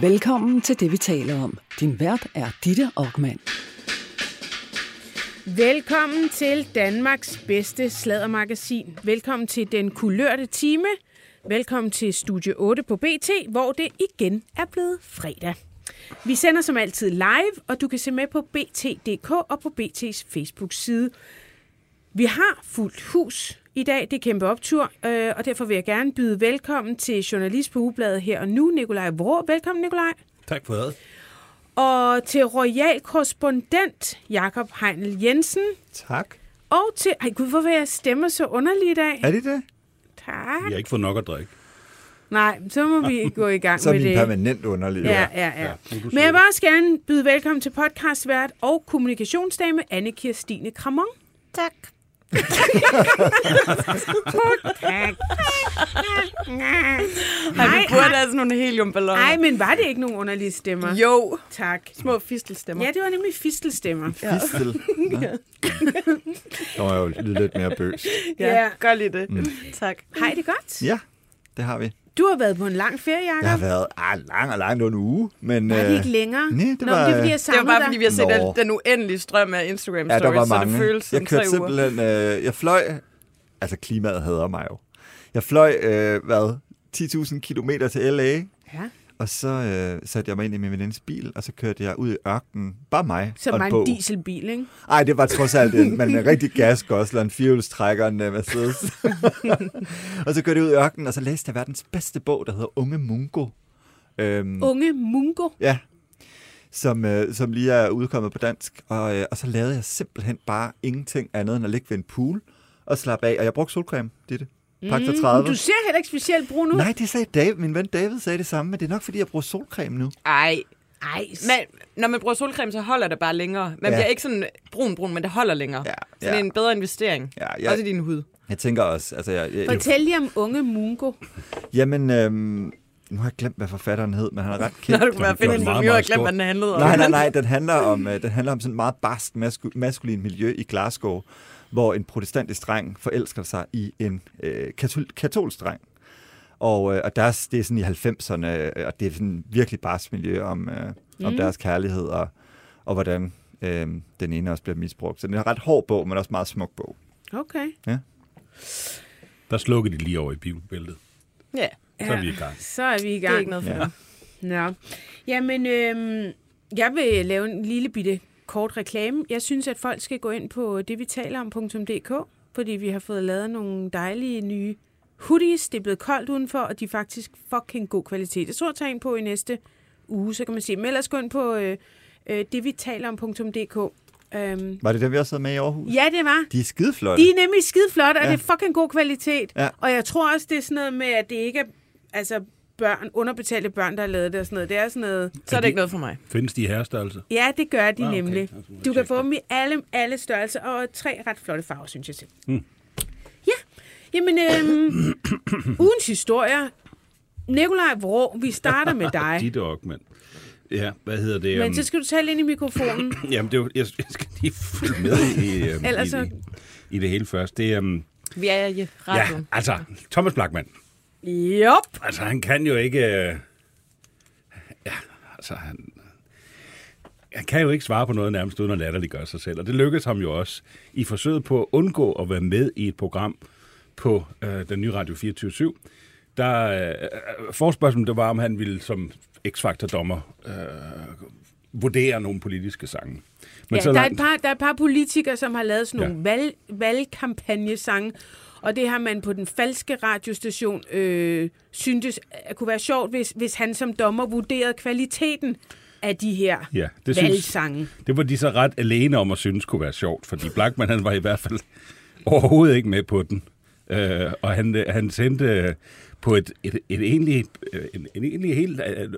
Velkommen til det, vi taler om. Din vært er Ditte Okman. Velkommen til Danmarks bedste sladdermagasin. Velkommen til den kulørte time. Velkommen til Studie 8 på BT, hvor det igen er blevet fredag. Vi sender som altid live, og du kan se med på bt.dk og på BT's Facebook-side. Vi har fuldt hus i dag, det er kæmpe optur, og derfor vil jeg gerne byde velkommen til journalist på Ugebladet her og nu, Nikolaj Vrå. Velkommen, Nikolaj. Tak for det. Og til royal korrespondent Jakob Heinel Jensen. Tak. Og til... Ej gud, hvorfor jeg stemmer så underligt i dag? Er det det? Tak. Vi har ikke fået nok at drikke. Nej, så må vi gå i gang så med det. Så er vi permanent underlige. Ja. Men jeg vil også gerne byde velkommen til podcastvært og kommunikationsdame Anne Kirstine Kramon. Tak. Tak. Vi burde have sådan nogle heliumballoner. Nej, men var det ikke nogen underlige stemmer? Jo. Tak. Små fistelstemmer. Ja, det var nemlig fistelstemmer. Fistel. Ja. Der var jo lidt mere bøs. Ja, gør lige det. Tak. Hej, det godt? Ja, det har vi. Du har været på en lang ferie, Jacob. Jeg har været lang en uge, men... Var det ikke længere? Nej, det det var... er fordi, jeg det var bare, fordi vi har set Nå. den uendelige strøm af Instagram-stories, ja, der var så mange. det føles som 3 uger. Jeg kørte simpelthen... jeg fløj... Altså, klimaet hader mig jo. Jeg fløj, 10.000 kilometer til LA, Ja. og så satte jeg mig ind i min venindes bil, og så kørte jeg ud i ørkenen. Bare mig Som og var en en bog. dieselbil, ikke? Ej, det var trods alt en rigtig gasgosler, en firehjulstrækker, en Mercedes. Og så kørte jeg ud i ørkenen, og så læste jeg verdens bedste bog, der hedder Unge Mungo. Unge Mungo? Ja, som lige er udkommet på dansk. Og så lavede jeg simpelthen bare ingenting andet end at ligge ved en pool og slappe af. Og jeg brugte solcreme, det. Faktor 30. Du ser heller ikke specielt brun ud. Nej, det sagde David. Min ven David sagde det samme, men det er nok, fordi jeg bruger solcreme nu. Ej. Men når man bruger solcreme, så holder det bare længere. Man bliver ikke sådan brun, men det holder længere. Ja, så det er en bedre investering. Ja, også i din hud. Jeg tænker også... Altså, Fortæl lige om Unge Mungo. Jamen... Nu har jeg glemt, hvad forfatteren hed, men han er ret kendt. Når du kan finde en film, jeg har glemt, hvad den handlede om. Nej, den handler om sådan et meget barsk maskulin miljø i Glasgow, hvor en protestantisk dreng forelsker sig i en katolsk dreng. Og det er sådan i 90'erne, og det er sådan et virkelig barsk miljø om deres kærlighed, og hvordan den ene også bliver misbrugt. Så det er en ret hård bog, men også meget smuk bog. Okay. Ja. Der slukkede de lige over i bibelbæltet. Ja. Så er vi i gang. Så er vi i gang. Det er ikke noget for dig. Nå. Jamen, jeg vil lave en lille bitte kort reklame. Jeg synes, at folk skal gå ind på det-vi-taler-om.dk, fordi vi har fået lavet nogle dejlige nye hoodies. Det er blevet koldt udenfor, og de er faktisk fucking god kvalitet. Jeg tror, at tage ind på i næste uge, så kan man se. Men ellers gå ind på det-vi-taler-om.dk. Var det dem, vi også havde med i Aarhus? Ja, det var. De er skideflotte. De er nemlig skideflotte, og det er fucking god kvalitet. Ja. Og jeg tror også, det er sådan noget med, at det ikke er underbetalte børn, der har lavet det og sådan noget. Det er sådan noget... Så er det ikke noget for mig. Findes de i herrestørrelse? Ja, det gør de nemlig. Så må jeg Du kan tjekke få det. dem i alle størrelser, og 3 ret flotte farver, synes jeg selv. Ja, jamen, ugens historier. Nikolaj Vrå, vi starter med dig. Ditte Okman. Ja, hvad hedder det? Men så skal du tale ind i mikrofonen. Jamen, det er, jeg skal lige følge med i det hele først. Det er... Vi er i radioen. Ja, altså, Thomas Blachman. Jop. Altså, han kan jo ikke... Han kan jo ikke svare på noget nærmest uden at latterliggøre sig selv. Og det lykkedes ham jo også i forsøget på at undgå at være med i et program på den nye Radio 24/7. Der forespørgselen, det var, om han ville som X-Factor-dommer vurdere nogle politiske sange. Men Ja, så der er et par politikere, som har lavet sådan nogle valgkampagnesange, og det har man på den falske radiostation syntes kunne være sjovt, hvis han som dommer vurderede kvaliteten af de her valgsange. Det var de så ret alene om at synes kunne være sjovt, fordi Blachman, han var i hvert fald overhovedet ikke med på den. Og han sendte på en egentlig helt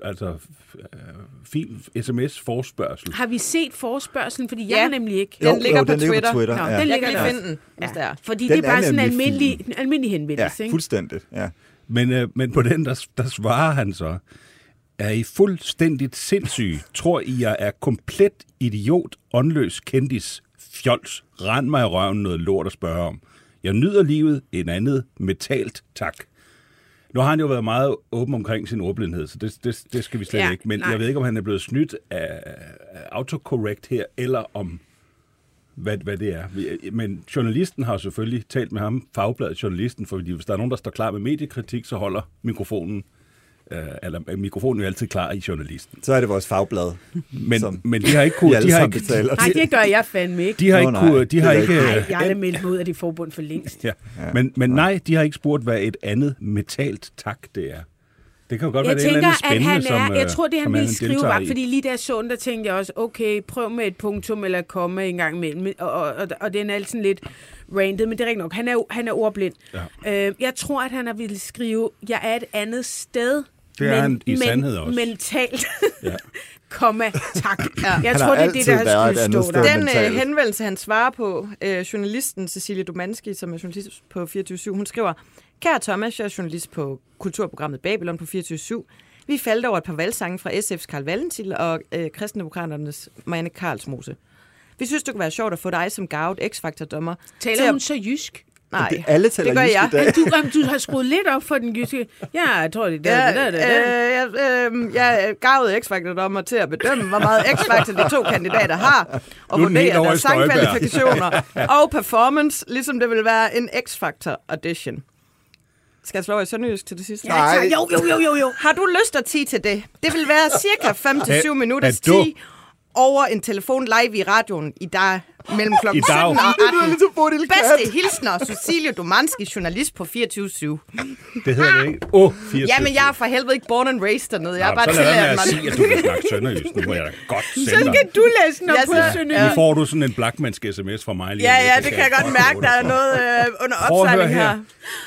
fin sms-forspørgsel. Har vi set forspørgselen? Fordi jeg har nemlig ikke. Den ligger på Twitter. Nå, ja. den Jeg ligger kan der lige finde den, hvis det er. Fordi Den det er bare er sådan en nemlig almindelig henvendelse. Ja, ikke? fuldstændigt. Ja. Men på den, der svarer han så, er I fuldstændigt sindssyge? Tror I, jeg er komplet idiot, åndløs, kendis, fjols? Rend mig i røven noget lort at spørge om. Jeg nyder livet, en andet metalt tak. Nu har han jo været meget åben omkring sin ordblindhed, så det skal vi slet ikke. Men jeg ved ikke, om han er blevet snydt af autocorrect her, eller om hvad det er. Men journalisten har selvfølgelig talt med ham, fagbladet journalisten, fordi hvis der er nogen, der står klar med mediekritik, så holder mikrofonen mikrofonen er altid klar i journalisten. Så er det vores fagblad. Men de har ikke kunnet... Nej, det gør jeg fandme ikke. De har ikke kunnet... Jeg er da meldt ud af det forbund for længst. Ja. Men nej, de har ikke spurgt, hvad et andet metalt tak det er. Det kan jo godt være, det er et eller andet spændende, jeg tror, det han ville skrive var, fordi lige der sådan, der tænkte jeg også, okay, prøv med et punktum eller et komma en gang imellem, og den er sådan lidt randet, men det er rigtigt nok. Han er ordblind. Ja. Jeg tror, at han har ville skrive, jeg er et andet sted. Det er han i sandhed også. Mentalt. Ja. Komma, tak. Ja. Jeg tror, det er det, der har skulle stå der. Den henvendelse, han svarer på, journalisten Cecilie Domanski, som er journalist på 24/7, hun skriver, kære Thomas, jeg er journalist på kulturprogrammet Babylon på 24/7. Vi faldt over et par valgsange fra SF's Carl Valentin og Kristendemokraternes Marianne Karlsmose. Vi synes, det kunne være sjovt at få dig som garvet X-Factor-dommer. Taler hun så jysk? Nej, alle taler det gør jeg. Du har skruet lidt op for den jyske. Ja, jeg tror, det er det. Jeg gavede X-Factor-dommer til at bedømme, hvor meget X-Factor de to kandidater har, og vurdere deres sangkvalifikationer og performance, ligesom det vil være en X-Factor-audition. Skal jeg slå i sønderjysk til det sidste? Ja, jo. Har du lyst at tige til det? Det vil være cirka 5-7 minutters tid over en telefon live i radioen i dag mellem klokken 17 og 18. Bedste hilsner, Cecilie Domanski, journalist på 24/7. Det hedder det ikke. 24/7. Jamen, jeg er for helvede ikke born and raised dernede. Jeg er bare tilladt mig. Så lad mig at sige, at du kan snakke sønderjysk. Nu må jeg da godt sende dig. Så skal du læse den op på sønderjysk. Nu får du sådan en blackmansk sms fra mig. Ja, det kan jeg godt mærke. Der er noget under opsejling her.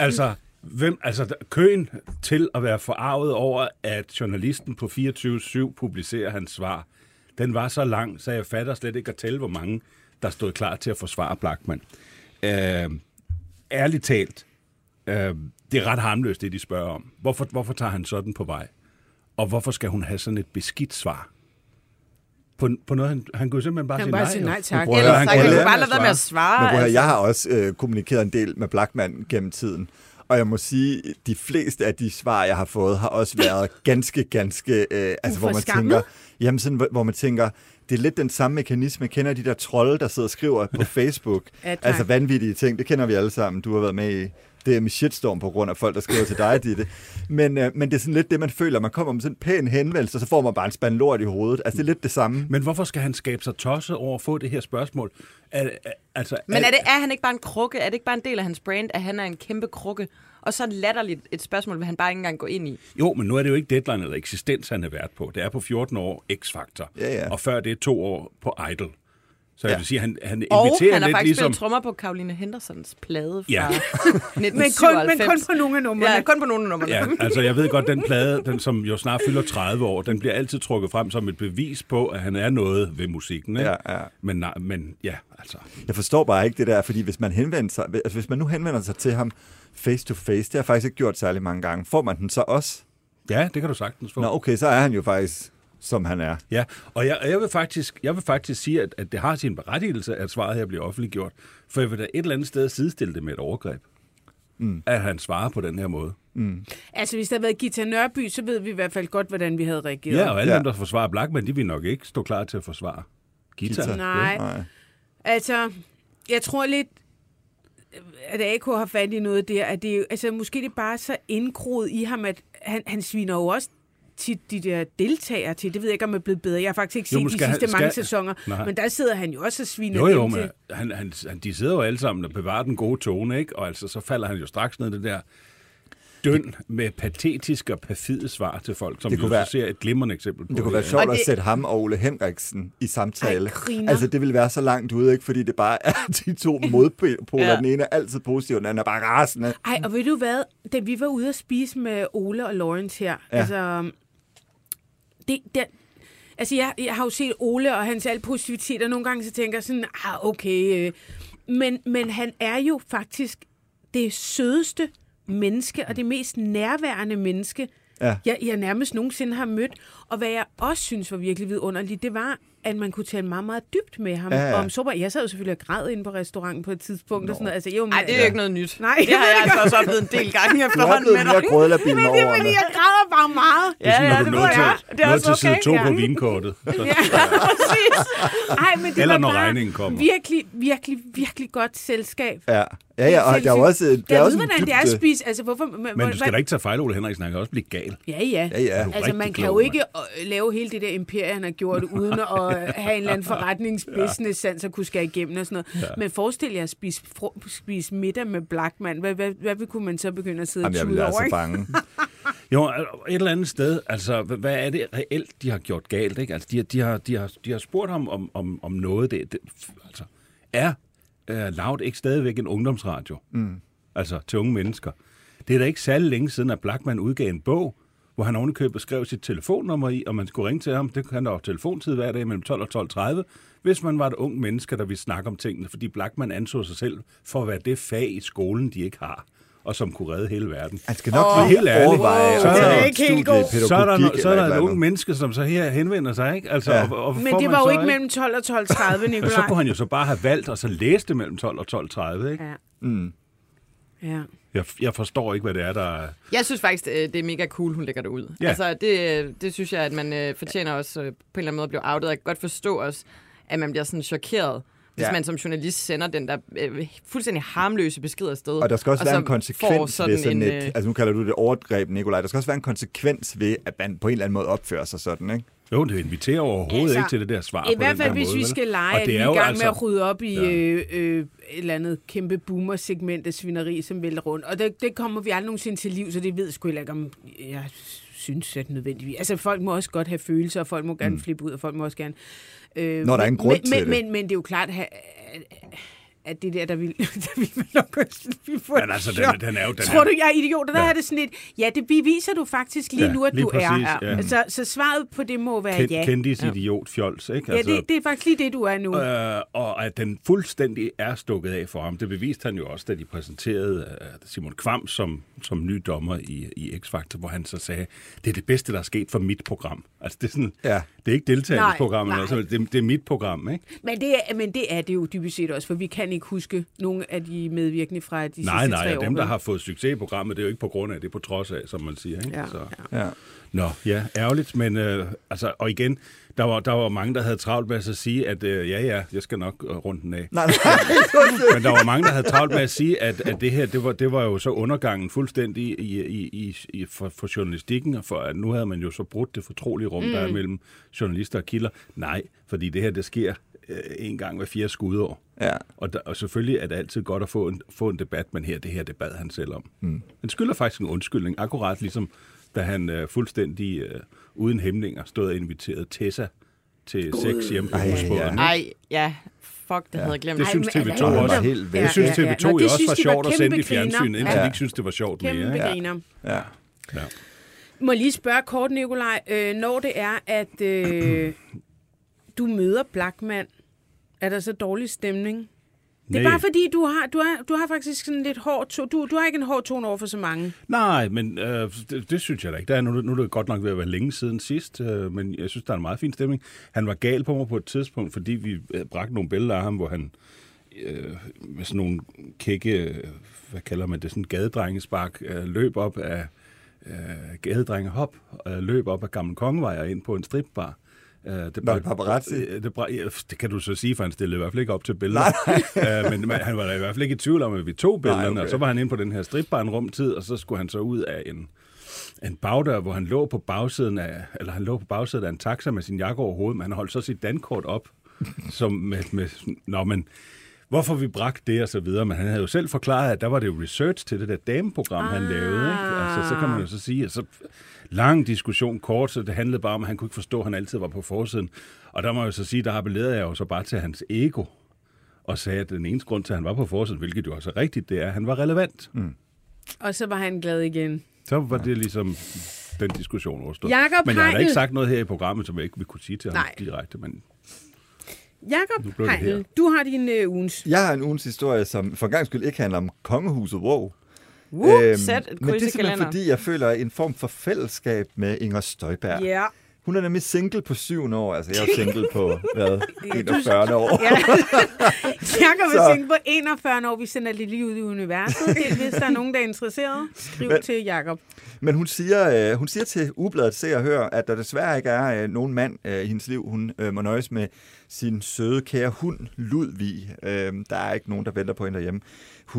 Altså, køen til at være forarvet over, at journalisten på 24/7 publicerer hans svar, den var så lang, så jeg fatter slet ikke at tælle, hvor mange, der stod klar til at forsvare Blachmann. Ærligt talt, det er ret harmløst, det de spørger om. Hvorfor tager han sådan på vej? Og hvorfor skal hun have sådan et beskidt svar? På noget, han kunne simpelthen bare sige nej. Tak. Ellers han kunne bare lade være med at svare. Men jeg har også kommunikeret en del med Blachmann gennem tiden. Og jeg må sige, at de fleste af de svar, jeg har fået, har også været ganske, hvor man tænker, jamen sådan, hvor man tænker, det er lidt den samme mekanisme. Jeg kender de der trolde, der sidder og skriver på Facebook. Altså vanvittige ting, det kender vi alle sammen. Du har været med i det med shitstorm på grund af folk, der skriver til dig, Ditte. Men det er sådan lidt det, man føler. Man kommer med sådan en pæn henvendelse, og så får man bare en spand lort i hovedet. Altså, det er lidt det samme. Men hvorfor skal han skabe sig tosset over at få det her spørgsmål? Er han ikke bare en krukke? Er det ikke bare en del af hans brand, at han er en kæmpe krukke? Og så latterligt et spørgsmål, vil han bare ikke engang gå ind i. Jo, men nu er det jo ikke Deadline eller Eksistens, han er vært på. Det er på 14 år X-Factor. Ja. Og før det er 2 år på Idol. Så jeg vil sige, han inviterer og han har lidt faktisk ligesom... spillet trommer på Caroline Hendersons plade fra 1997. Men kun på nogle af numrene. Ja, kun på nogle af numrene. Ja, altså jeg ved godt, den plade, den som jo snart fylder 30 år, den bliver altid trukket frem som et bevis på, at han er noget ved musikken. Ikke? Ja. Men ja, altså... Jeg forstår bare ikke det der, fordi hvis man nu henvender sig til ham face to face, det har jeg faktisk ikke gjort særlig mange gange. Får man den så også? Ja, det kan du sagtens få. Nå, okay, så er han jo faktisk... som han er. Ja, og jeg vil faktisk sige, at det har sin berettigelse, at svaret her bliver offentliggjort. For jeg vil da et eller andet sted sidestille det med et overgreb. At han svarer på den her måde. Altså, hvis der havde været Gita Nørby, så ved vi i hvert fald godt, hvordan vi havde reageret. Ja, og alle dem, der forsvarer Blachmann, de vil nok ikke stå klar til at forsvare Gita. Nej. Altså, jeg tror lidt, at AK har fat i noget der, at det altså, måske det er bare så indgroet i ham, at han sviner jo også tit de der deltagere til. Det ved jeg ikke, om det er blevet bedre. Jeg har faktisk ikke set de sidste mange sæsoner. Nej. Men der sidder han jo også og sviner jo, men de sidder jo alle sammen og bevarer den gode tone, ikke? Og altså, så falder han jo straks ned det der døn med patetiske og perfide svar til folk, som vi ser et glimrende eksempel på. Det kunne være sjovt at sætte ham og Ole Henriksen i samtale. Altså, det ville være så langt ude, ikke? Fordi det bare er de to modpoler. Den ene er altid positiv, og den anden er bare rasende. Ej, og ved du hvad? Da vi var ude at spise med Ole og Lawrence her, altså... Altså, jeg har jo set Ole og hans al positivitet, og nogle gange så tænker jeg sådan, okay. Men han er jo faktisk det sødeste menneske, og det mest nærværende menneske, jeg nærmest nogensinde har mødt. Og hvad jeg også synes var virkelig vidunderligt, det var, at man kunne tale meget, meget dybt med ham om Sober. Jeg sad jo selvfølgelig og græd inde på restauranten på et tidspunkt. Og sådan noget. Altså, nej, det er jo ikke noget nyt. Nej, det har jeg altså også oplevet en del gange efterhånden med dig. Du har blevet mere Men det er fordi, jeg græder bare meget. Det er sådan, det når ved jeg. du til side 2 på vinkortet. Ja, præcis. Ej, men det eller var når bare regningen kommer. virkelig godt selskab. Ja, og der er også... Jeg ved, hvordan det er at spise. Altså, hvorfor, men du skal da ikke tage fejl, Ole Henriksen. Han kan også blive gal. Ja. Altså, man kan jo ikke lave hele det der imperie, han har gjort, uden at have en eller anden forretningsbusiness-sans at kunne skære igennem og sådan noget. Ja. Men forestil jer at spise middag med Blachman. Hvad kunne man så begynde at sidde og tude over? Jeg bliver bange. Jo, et eller andet sted, altså, hvad er det reelt, de har gjort galt, ikke? Altså, de har spurgt ham om noget, altså, er Loud ikke stadigvæk en ungdomsradio? Altså, til unge mennesker. Det er da ikke særlig længe siden, at Blachman udgav en bog, hvor han ovenikøbet skrev sit telefonnummer i, og man skulle ringe til ham. Det kan der jo telefontid hver dag mellem 12 og 12.30, hvis man var et ung menneske, der ville snakke om tingene, fordi Blachman anså sig selv for at være det fag i skolen, de ikke har, og som kunne redde hele verden. Han skal nok overveje, så så er der et ung menneske, som så her henvender sig, ikke? Altså, ja. og men det var jo ikke mellem 12 og 12.30, Nikolaj. Og så kunne han jo så bare have valgt, og så læste mellem 12 og 12.30, ikke? Ja. Jeg forstår ikke, hvad det er, der... Jeg synes faktisk, det er mega cool, hun lægger det ud. Ja. Altså, det synes jeg, at man fortjener også på en eller anden måde at blive outet. Jeg kan godt forstå også, at man bliver sådan chokeret, hvis man som journalist sender den der fuldstændig harmløse besked afsted. Og der skal også være en konsekvens ved sådan et... Altså nu kalder du det overgreb, Nikolaj. Der skal også være en konsekvens ved, at man på en eller anden måde opfører sig sådan, ikke? Jo, det inviterer overhovedet ikke til det der svar. I hvert fald, hvis vi skal lege, at vi er i gang med at rydde op i et eller andet kæmpe boomer-segment af svineri, som vælter rundt. Og det kommer vi aldrig nogensinde til liv, så det ved sgu ikke, om jeg synes, at nødvendigvis. Altså, folk må også godt have følelser, og folk må gerne flippe ud, og folk må også gerne... Når der er en grund til det. Men det er jo klart, at det der vil nok også... Men altså, den er jo... Tror du, jeg er idiot? Der er det sådan et... Ja, det beviser du faktisk lige nu, at lige du præcis, er. Ja. Så svaret på det må være ja. Kendis idiot fjols, ikke? Altså, ja, det er faktisk lige det, du er nu. Og at den fuldstændig er stukket af for ham, det beviste han jo også, da de præsenterede Simon Kvam som ny dommer i X-Factor, hvor han så sagde, det er det bedste, der er sket for mit program. Altså, det er sådan... Ja. Det er ikke deltagelsesprogrammet, altså, det er mit program, ikke? Men det er det jo dybest set også, for vi kan ikke huske nogle af de medvirkende fra de sidste 3 år. Nej, dem, der har fået succes i programmet, det er jo ikke på grund af, det er på trods af, som man siger, ikke? Ja. Nå, ja, ærgerligt, men altså, og igen, der var mange, der havde travlt med at sige, at jeg skal nok runde den af. Nej. Men der var mange, der havde travlt med at sige, at det her, det var jo så undergangen fuldstændig for journalistikken, og for at nu havde man jo så brudt det fortrolige rum, der er mellem journalister og kilder. Nej, fordi det her, det sker en gang hver 4 skudår. Ja. Og selvfølgelig er det altid godt at få en debat, men det her, det bad han selv om. Han skylder faktisk en undskyldning, akkurat ligesom da han fuldstændig uden hæmninger stod og inviterede Tessa til sex hjemme på husbåden. Fuck, det havde jeg glemt. Det synes TV2 også. Det synes TV2 jo også var sjovt at sende i fjernsynet, indtil de ikke synes, det var sjovt mere. Kæmpe griner. Ja. Må jeg lige spørge kort, Nikolaj, når det er, at du møder Blachman, er der så dårlig stemning? Det er bare fordi, du har faktisk sådan lidt hård du har ikke en hård tone over for så mange. Nej, men det synes jeg da ikke. Nu er det godt nok ved at være længe siden sidst, men jeg synes, der er en meget fin stemning. Han var gal på mig på et tidspunkt, fordi vi bragte nogle billeder af ham, hvor han med sådan nogle kække, hvad kalder man det, sådan gadedrengespark, løb op af gadedrengehop, løb op af Gammel Kongevej og ind på en stripbar. Det kan du så sige, for han stillede i hvert fald ikke op til billeder. Men han var da i hvert fald ikke i tvivl om, at vi tog billederne. Okay. Og så var han inde på den her stripbar en rumtid, og så skulle han så ud af en bagdør, hvor han lå på bagsiden af en taxa med sin jakke over hovedet, men han holdt så sit dankort op, som hvorfor vi bragte det og så videre, men han havde jo selv forklaret, at der var det jo research til det der dameprogram, han lavede, ikke? Altså, så kan man jo så sige, altså, lang diskussion, kort, så det handlede bare om, at han kunne ikke forstå, at han altid var på forsiden. Og der må jeg jo så sige, der appellerede jeg jo så bare til hans ego, og sagde, at den eneste grund til, at han var på forsiden, hvilket jo også er rigtigt, det er, at han var relevant. Og så var han glad igen. Så var det ligesom den diskussion overstået. Men jeg har da ikke sagt noget her i programmet, som jeg ikke vil kunne sige til ham direkte, men... Jakob Heinl, du har din ugens. Jeg har en ugens historie, som for en gang skyld ikke handler om kongehuset. Wow. Sæt et men det er simpelthen fordi, jeg føler en form for fællesskab med Inger Støjberg. Yeah. Hun er nemlig single på 7 år. Altså, jeg er jo single på, 41 år. Ja. Jakob er single på 41 år. Vi sender det lige ud i universet. Hvis der er nogen, der er interesseret, skriv til Jakob. Men hun siger til Ugebladet Se og Hør, at der desværre ikke er nogen mand i hendes liv. Hun må nøjes med sin søde, kære hund, Ludvig. Der er ikke nogen, der venter på hende derhjemme.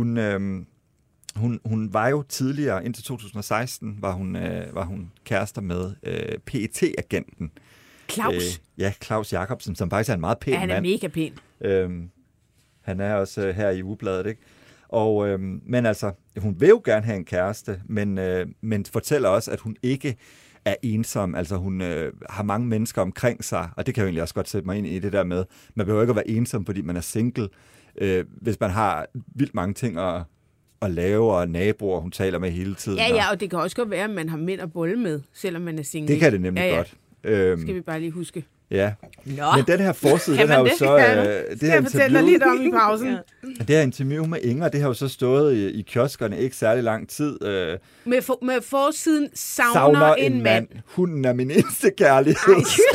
Hun var jo tidligere, indtil 2016, var hun kærester med PET-agenten. Claus? Claus Jacobsen, som faktisk er en meget pæn mand. Han er mega pæn. Han er også her i Ugebladet, ikke? Og, men altså, hun vil jo gerne have en kæreste, men fortæller også, at hun ikke er ensom. Altså, hun har mange mennesker omkring sig, og det kan jeg egentlig også godt sætte mig ind i det der med. Man behøver ikke at være ensom, fordi man er single. Hvis man har vildt mange ting at lave, og naboer, hun taler med hele tiden. Ja, og det kan også godt være, at man har mænd at bolle med, selvom man er single. Det kan det nemlig godt. Skal vi bare lige huske. Ja, men den her forside, den har jo så... det jeg fortælle dig lidt om i pausen. Det her interview med Inger, det har jo så stået i kioskerne ikke særlig lang tid. Med forsiden savner en mand. Hunden er min eneste kærlighed.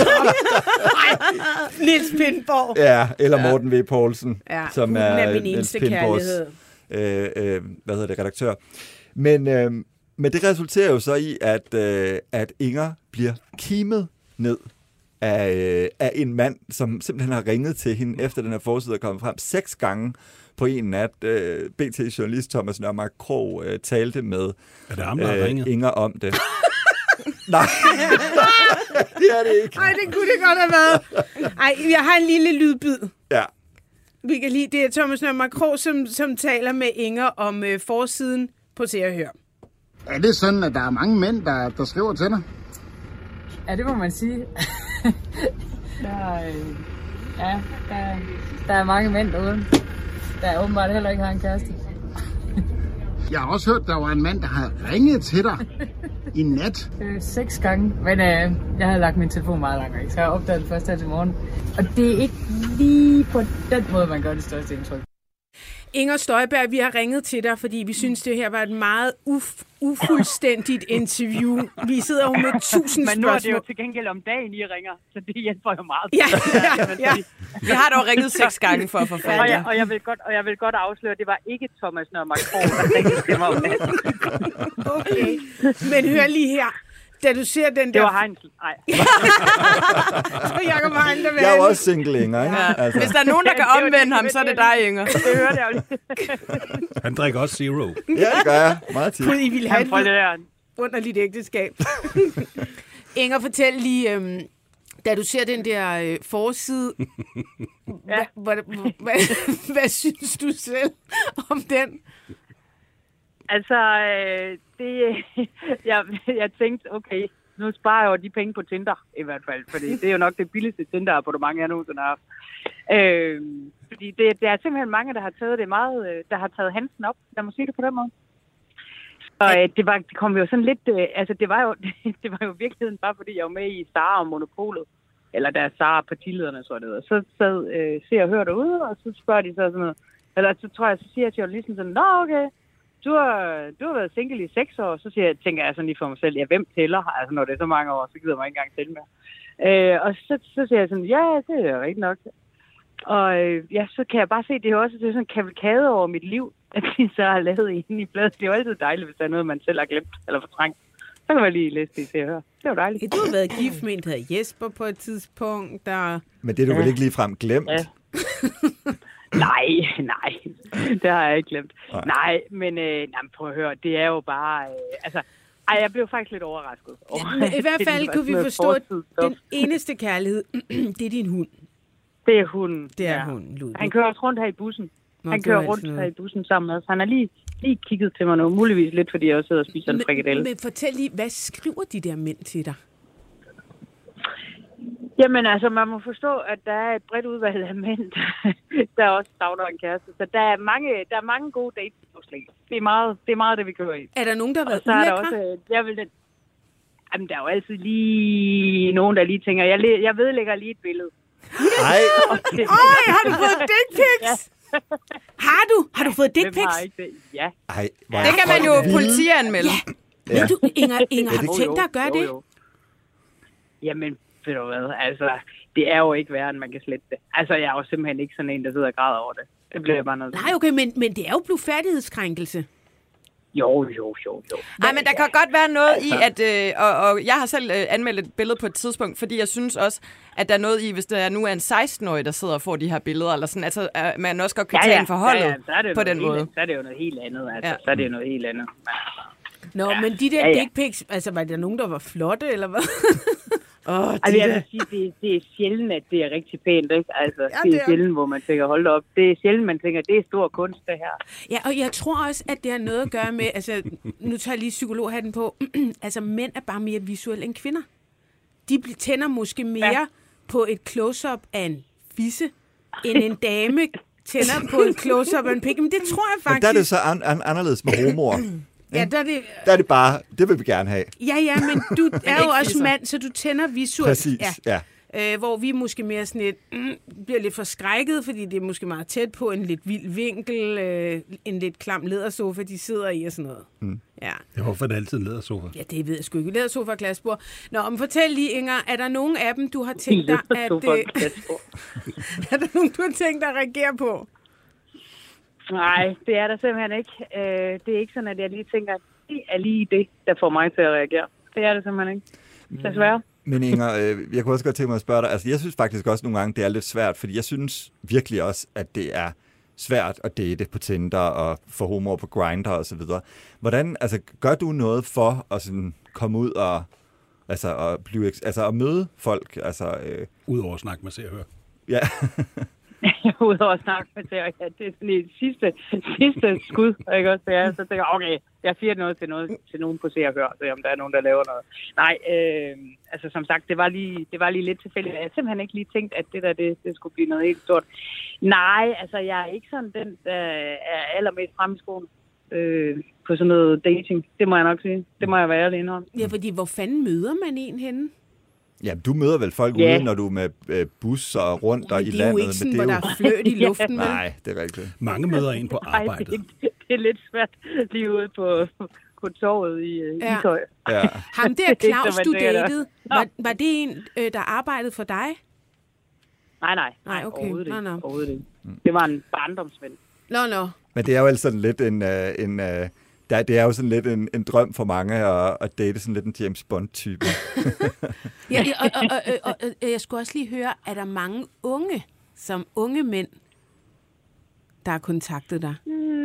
Niels Pindborg. Ja, eller Morten V. Poulsen, som hunden er min eneste kærlighed. Redaktør. Men det resulterer jo så i, at Inger bliver kimet ned af en mand, som simpelthen har ringet til hende, efter den her forside er kommet frem 6 gange på en nat. BT-journalist Thomas Nørmark Krog talte med Inger om det. Nej, det er det ikke. Nej, det kunne det godt have været. Ej, jeg har en lille lydbid. Ja. Vi kan lide, det er Thomas Nørmark Krog, som taler med Inger om forsiden på Se og Hør. Er det sådan, at der er mange mænd, der skriver til dig? Ja, det må man sige. Der er mange mænd derude, der åbenbart heller ikke har en kæreste. Jeg har også hørt, der var en mand, der har ringet til dig i nat. 6 gange, men jeg havde lagt min telefon meget langt væk, så jeg opdagede det først her til morgen. Og det er ikke lige på den måde, man gør det største indtryk. Inger Støjberg, vi har ringet til dig, fordi vi synes, det her var et meget ufuldstændigt interview. Vi sidder jo med 1000 spørgsmål. Men nu er det jo til gengæld om dagen, I ringer, så det hjælper jo meget. Ja. Vi har dog ringet 6 gange for at få fat. Og jeg vil godt afsløre, at det var ikke Thomas Nørmark Krog, der ringede til mig om natten. Okay, men hør lige her. Da du ser den der... Det var Heinz. Nej. Jakob Heinz, der vil jeg er jo også single, Inger. Ikke? Ja. Altså. Hvis der er nogen, der kan omvende ham, så er det dig, Inger. Det hørte jeg jo. Han drikker også Zero. Ja, det gør jeg. Meget tit. I ville have et underligt ægteskab. Inger, fortæl lige, da du ser den der forside, hvad synes du selv om den? Altså, jeg tænkte, okay, nu sparer jeg jo de penge på Tinder, i hvert fald, fordi det er jo nok det billigste Tinder-abonnement, jeg nogensinde har haft. Fordi det er simpelthen mange, der har taget det meget, der har taget Hansen op, lad mig sige det på den måde. Og det kom jo sådan lidt, det var jo virkeligheden bare, fordi jeg var med i Sara og Monopolet, eller der er Sara partilederne, så det. Og så sad Se og Hør derude, og så spørger de så sådan noget, eller så tror jeg, så siger jeg til journalisten sådan, nå okay, du har været single i 6 år, så tænker jeg sådan lige for mig selv, ja, hvem tæller? Altså, når det er så mange år, så gider man ikke engang tælle mere. Og så siger jeg sådan, ja, det er jo ikke nok. Og så kan jeg bare se, det er også sådan en kavalkade over mit liv, at de så har lavet inde i bladet. Det er jo altid dejligt, hvis der er noget, man selv har glemt eller fortrængt. Så kan man lige læse det til at høre. Det var dejligt. Du har været gift med en, der hedder Jesper på et tidspunkt. Men det er du vel ikke ligefrem glemt? Ja. Nej, det har jeg ikke glemt. Nej, men prøv at høre, det er jo bare... jeg blev faktisk lidt overrasket. I hvert fald kunne vi forstå, at den eneste kærlighed, det er din hund. Det er hunden. Det er hunden, Ludvig. Han kører også rundt her i bussen. Han kører rundt her i bussen sammen med os. Han har lige kigget til mig nu, muligvis lidt, fordi jeg også sidder og spiser en frikadelle. Men fortæl lige, hvad skriver de der mænd til dig? Jamen altså, man må forstå, at der er et bredt udvalg af mænd, der også savner en kæreste. Så der er mange gode dates. Det er meget det, vi kører i. Er der nogen, der har været ulækre? Jamen, der er jo altid lige nogen, der lige tænker, jeg vedlægger lige et billede. Ej, har du fået dick pics? Har du fået dick pics? Hvem har ikke det? Ja. Ej, det kan man jo politianmelde. Ja. Men du, Inger, har du tænkt dig at gøre det? Jamen, ved du hvad, altså, det er jo ikke værre, end man kan slette det. Altså, jeg er jo simpelthen ikke sådan en, der sidder og græder over det. Det bliver jeg bare noget. Nej, okay, men det er jo blufærdighedskrænkelse. Jo. Nej, men der kan godt være noget i, at... og jeg har selv anmeldt et billede på et tidspunkt, fordi jeg synes også, at der er noget i, hvis der nu er en 16-årig, der sidder og får de her billeder, eller sådan, altså, man også godt kan tage en forholdet på den måde. Så er det jo noget helt andet, altså. Ja. Så er det jo noget helt andet. Nå, men de der dick pics, altså, var der nogen, der var flotte, eller hvad? Altså, jeg vil sige, det er sjældent, at det er rigtig pænt, ikke? Altså, det er sjældent, hvor man tænker, hold op. Det er sjældent, man tænker, det er stor kunst, det her. Ja, og jeg tror også, at det har noget at gøre med, altså, nu tager jeg lige psykologhatten på, altså, mænd er bare mere visuelle end kvinder. De tænder måske mere på et close-up af en fisse, end en dame tænder på et close-up af en pik. Men det tror jeg faktisk. Men der er det så anderledes med homoer. Ja, der er det bare, det vil vi gerne have. Ja, men du er jo også mand, så du tænder visuelt. Præcis, ja. Hvor vi måske mere sådan bliver lidt forskrækket, fordi det er måske meget tæt på en lidt vild vinkel, en lidt klam lædersofa, de sidder i og sådan noget. Mm. Ja. Hvorfor er det altid en lædersofa? Ja, det ved jeg sgu ikke. Lædersofa og glasbord. Nå, men fortæl lige, Inger, er der nogen af dem, du har tænkt dig at... er der nogen, du har tænkt dig at reagere på? Nej, det er der simpelthen ikke. Det er ikke sådan, at jeg lige tænker, at det er lige det, der får mig til at reagere. Det er det simpelthen ikke. Desværre. Men Inger, jeg kunne også godt tænke mig at spørge dig, altså jeg synes faktisk også nogle gange, det er lidt svært, fordi jeg synes virkelig også, at det er svært at date på Tinder og få homoer på Grindr og så videre. Hvordan, altså gør du noget for at sådan komme ud og, altså at møde folk? Altså, Udover at snakke med Se og Hør. Ja. Udover at snakke med Se og Hør. Det er sådan et sidste skud, ikke også? Så tænker jeg, okay, jeg siger noget til nogen på Se og Hør, så om der er nogen, der laver noget. Nej, altså som sagt, det var lige lidt tilfældigt. Jeg har simpelthen ikke lige tænkt, at det skulle blive noget helt stort. Nej, altså jeg er ikke sådan den, der er allermest fremme i skolen på sådan noget dating. Det må jeg nok sige. Det må jeg være ærlig indrømme. Ja, fordi hvor fanden møder man en henne? Ja, du møder vel folk ude, når du er med bus og rundt og i landet. Det er jo ikke sådan, hvor der er fløjt i luften. Nej, det er rigtigt. Mange møder en på arbejdet. Nej, det er lidt svært lige ude på torvet i Ishøj. Ja. Ham der Claus, du datede, var det en, der arbejdede for dig? Nej, okay. Overhovedet ikke. Det var en barndomsven. Nå. Men det er jo altså sådan lidt det er jo sådan lidt en drøm for mange at date sådan lidt en James Bond-type. Ja, og jeg skulle også lige høre, er der mange unge mænd, der har kontaktet dig?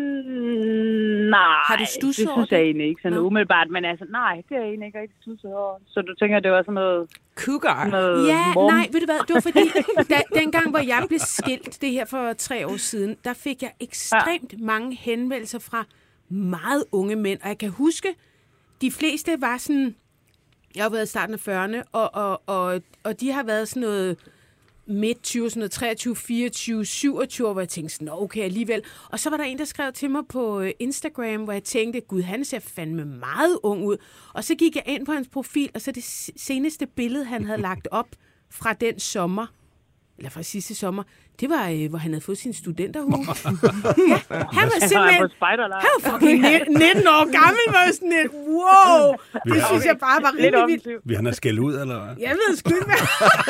Nej, har du stusset det synes jeg egentlig ikke sådan umiddelbart, men altså nej, det er jeg egentlig ikke rigtig stusset over. Så du tænker, det var sådan noget... Cougar? Nej, ved du hvad, det var fordi, dengang, hvor jeg blev skilt, det her for 3 år siden, der fik jeg ekstremt mange henvendelser fra meget unge mænd, og jeg kan huske, de fleste var sådan, jeg har været i starten af 40'erne, og de har været sådan noget midt 20, sådan noget 23, 24, 27, hvor jeg tænkte sådan, okay alligevel. Og så var der en, der skrev til mig på Instagram, hvor jeg tænkte, gud, han ser fandme meget ung ud. Og så gik jeg ind på hans profil, og så det seneste billede, han havde lagt op fra den sommer, eller fra sidste sommer, det var, hvor han havde fået sin studenterhue. Ja, han var simpelthen... Han var fucking 19 år gammel, var sådan et, wow! Det synes jeg bare var rimelig vildt. Vil han have skældt ud, eller hvad? Jeg ved sgu ikke, hvad.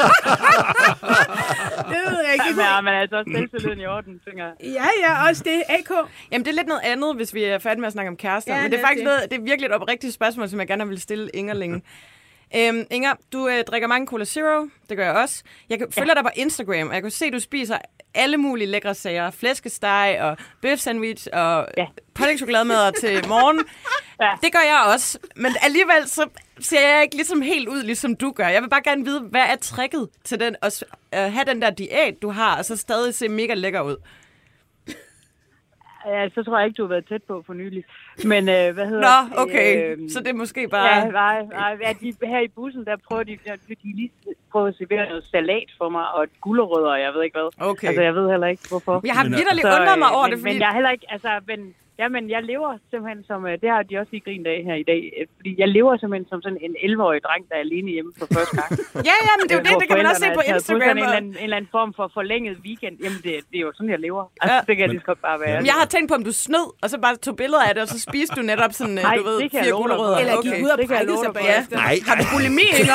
Det ved jeg ikke. Ja, men altså også selvtilliden i orden, tænker jeg. Ja, også det. AK. Jamen, det er lidt noget andet, hvis vi er færdige med at snakke om kærester. Ja, men det er faktisk noget, det er virkelig et oprigtigt spørgsmål, som jeg gerne vil stille Ingerling. Inger, du drikker mange Cola Zero, det gør jeg også. Jeg følger dig på Instagram, og jeg kan se, at du spiser alle mulige lækre sager. Flæskesteg og bøfsandwich og pålægtschokolademad til morgen. Det gør jeg også, men alligevel så ser jeg ikke ligesom helt ud, ligesom du gør. Jeg vil bare gerne vide, hvad er tricket til den, at have den der diæt, du har, og så stadig se mega lækker ud. Ja, så tror jeg ikke, du har været tæt på for nylig. Men hvad hedder det? Nå, okay. Så det er måske bare... Ja, nej. Her i bussen, der prøver de lige at servere noget salat for mig, og gulerødder, og jeg ved ikke hvad. Okay. Altså, jeg ved heller ikke, hvorfor. Jeg har vitterligt undret mig over det, fordi... Men jeg er heller ikke... Altså, Jamen, jeg lever simpelthen som, det har de også lige grint af her i dag, fordi jeg lever simpelthen som sådan en 11-årig dreng, der er alene hjemme for første gang. ja, men det er jo det kan man også se på Instagram. En eller anden form for forlænget weekend. Jamen, det er jo sådan, jeg lever. Altså, det kan det godt bare være. Jeg har tænkt på, om du snød, og så bare tog billeder af det, og så spiste du netop sådan, du ved, 4 gulerødder. Eller gik ud og brækkede sig bagefter. Nej. Har du bulimi, Inger?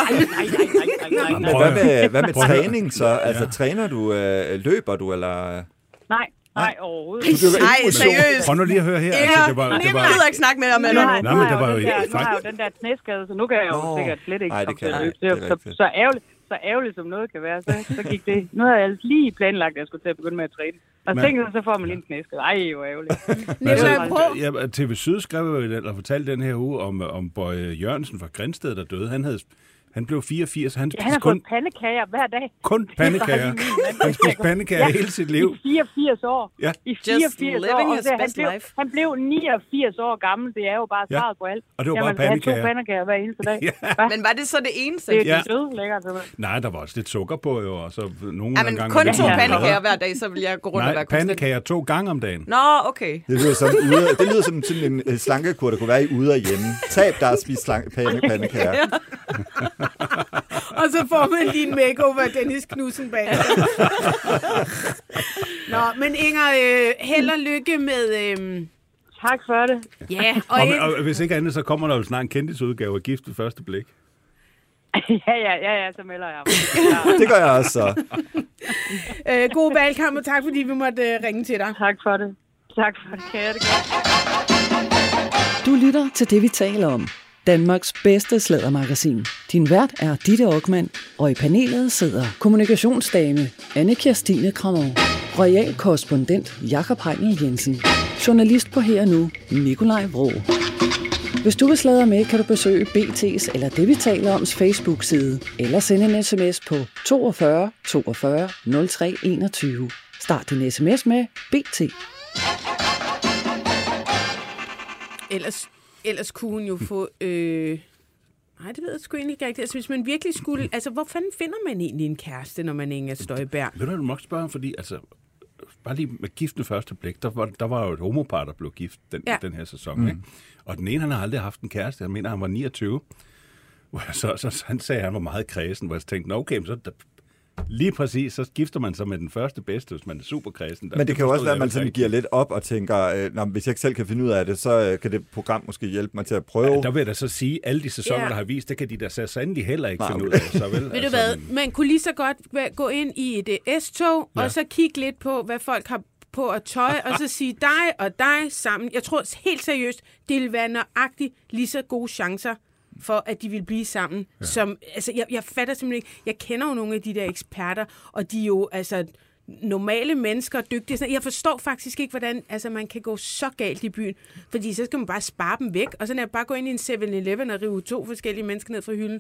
Hvad med træning så? Altså, træner du, løber du, eller... Nej, overhovedet. Nej, seriøst. Prøv nu lige at høre her. Jeg gider ikke snakke med dig, Mette. Nej, men det var jo... Nu har jeg jo den der knæskade, så nu kan jeg jo sikkert slet ikke komme til at løbe. Så ærgerligt som noget kan være, så gik det. Nu har jeg lige planlagt, at jeg skulle til at begynde med at træne. Og tænkte, så får man lige en knæskade. Ej, hvor ærgerligt. TV Syd skrev jo, eller fortalte den her uge om Bøje Jørgensen fra Grindsted, der døde. Han blev 84. Han har fået pandekager hver dag. Kun pandekager. Han spiste pandekager hele sit liv. I 84 år. Ja. I 84 år. Han blev 89 år gammel. Det er jo bare svaret på alt. Og det var bare pandekager. Han tog pandekager hver eneste dag. Men var det så det eneste? Det er død lækkert. Nej, der var også lidt sukker på jo. Og så nogle men gange kun 2 pandekager hver dag, så vil jeg gå rundt og være konstant. Pandekager 2 gange om dagen. Nå, okay. Det lyder som sådan en slankekur, der kunne være i ude og hjemme. Tab der at spise pandekager. Og så får man lige en makeover af Dennis Knudsen bag. Nå, men Inger, held og lykke med... Tak for det. Ja, og hvis ikke andet, så kommer der jo snart en kendisudgave af Gift ved første blik. Ja, så melder jeg. Det gør jeg også så. God valgkamp, og tak fordi vi måtte ringe til dig. Tak for det. Tak for det, kære. Du lytter til det, vi taler om. Danmarks bedste sladdermagasin. Din vært er Ditte Okman, og i panelet sidder kommunikationsdame Anne Kirstine Kramov, royal korrespondent Jakob Heinel Jensen, journalist på Her Nu, Nikolaj Vrå. Hvis du vil sladre med, kan du besøge BT's eller det, vi taler oms Facebook-side, eller sende en sms på 42 42 03 21. Start din sms med BT. Ellers kunne hun jo få... Nej, det ved jeg sgu egentlig ikke rigtigt. Altså, hvis man virkelig skulle... Altså, hvor fanden finder man egentlig en kæreste, når man er Inger Støjberg? Ved du nok spørge, fordi altså... Bare lige med Giften første blik, der var jo et homopar, der blev gift den her sæson. Ikke? Og den ene, han har aldrig haft en kæreste. Jeg mener, han var 29. Så han sagde, at han var meget kræsen, hvor jeg tænkte, okay, så lige præcis, så skifter man sig med den første bedste, hvis man er super kræsen. Men det kan jo også være, at man sådan giver lidt op og tænker, hvis jeg ikke selv kan finde ud af det, så kan det program måske hjælpe mig til at prøve. Ja, der vil jeg da så sige, alle de sæsoner, der har vist, det kan de da så sandelig heller ikke finde ud af. Så vel, ved du hvad, man kunne lige så godt gå ind i et S-tog, og så kigge lidt på, hvad folk har på at tøj, og så sige dig og dig sammen. Jeg tror helt seriøst, det vil være nøjagtigt lige så gode chancer for, at de vil blive sammen. Ja. Som, altså, jeg fatter simpelthen ikke. Jeg kender jo nogle af de der eksperter, og de er jo altså normale mennesker, dygtige. Jeg forstår faktisk ikke, hvordan man kan gå så galt i byen, fordi så skal man bare spare dem væk, og så er bare gå ind i en 7-Eleven og rive 2 forskellige mennesker ned fra hylden.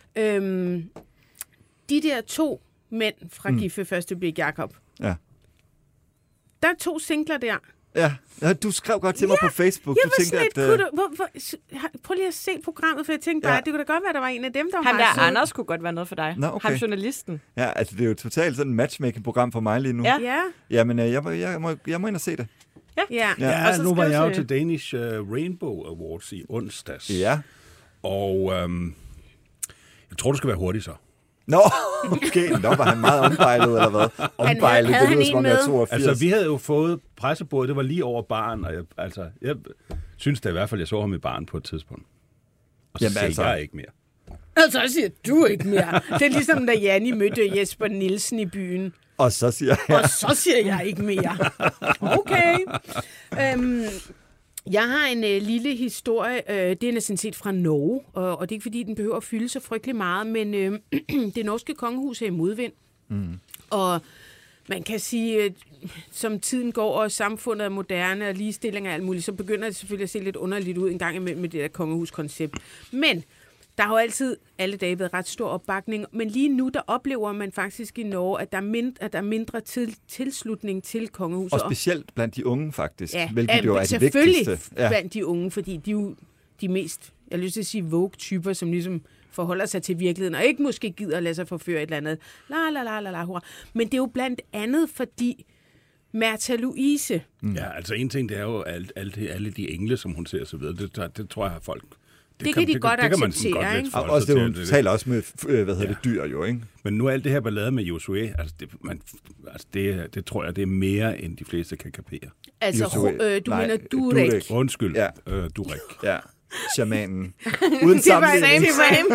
De der 2 mænd fra Gift ved første blik, Jakob. Ja. Der er 2 singler der. Ja, du skrev godt til mig på Facebook. Jeg var sådan lidt, prøv lige at se programmet, for jeg tænkte bare, det kunne da godt være, der var en af dem, der var der Anders kunne godt være noget for dig. Nå, okay. Ham journalisten. Ja, altså det er jo totalt sådan et matchmaking-program for mig lige nu. Ja. Jamen, jeg må ind og se det. Ja, nu var jeg jo til Danish Rainbow Awards i onsdags. Ja. Og jeg tror, du skal være hurtig så. Nå, okay. Nå, var han meget ombejlet, eller hvad? Ombejlet, det lyder som om jeg er 82. Altså, vi havde jo fået pressebordet, det var lige over baren, og jeg synes da i hvert fald, jeg så ham i baren på et tidspunkt. Og så siger jeg ikke mere. Altså, så siger du ikke mere. Det er ligesom, da Janni mødte Jesper Nielsen i byen. Og så siger jeg ikke mere. Okay. Jeg har en lille historie, den er sådan set fra Norge, og det er ikke fordi, den behøver at fylde så frygtelig meget, men det norske kongehus er i modvind. Og man kan sige, som tiden går, og samfundet er moderne, og ligestilling og alt muligt, så begynder det selvfølgelig at se lidt underligt ud en gang imellem med det der kongehuskoncept. Men der har jo altid alle dage været ret stor opbakning, men lige nu, der oplever man faktisk i Norge, at der er mindre tilslutning til kongehuset. Og specielt blandt de unge faktisk, ja, hvilket jo er det vigtigste. Selvfølgelig blandt de unge, fordi de er jo de mest, jeg har lyst til at sige, vogue-typer, som ligesom forholder sig til virkeligheden, og ikke måske gider at lade sig forføre et eller andet. La, hurra. Men det er jo blandt andet, fordi Märtha Louise. Ja, altså en ting, det er jo alle de engle, som hun ser og så videre. Det tror jeg, at folk... Det kan de godt acceptere, ikke? Og også det, hun taler også med dyr jo, ikke? Men nu alt det her ballade med Josué, det tror jeg, det er mere, end de fleste kan kapere. Altså, du mener Durek. Undskyld, Durek. Ja, shamanen. Uden sammenligning.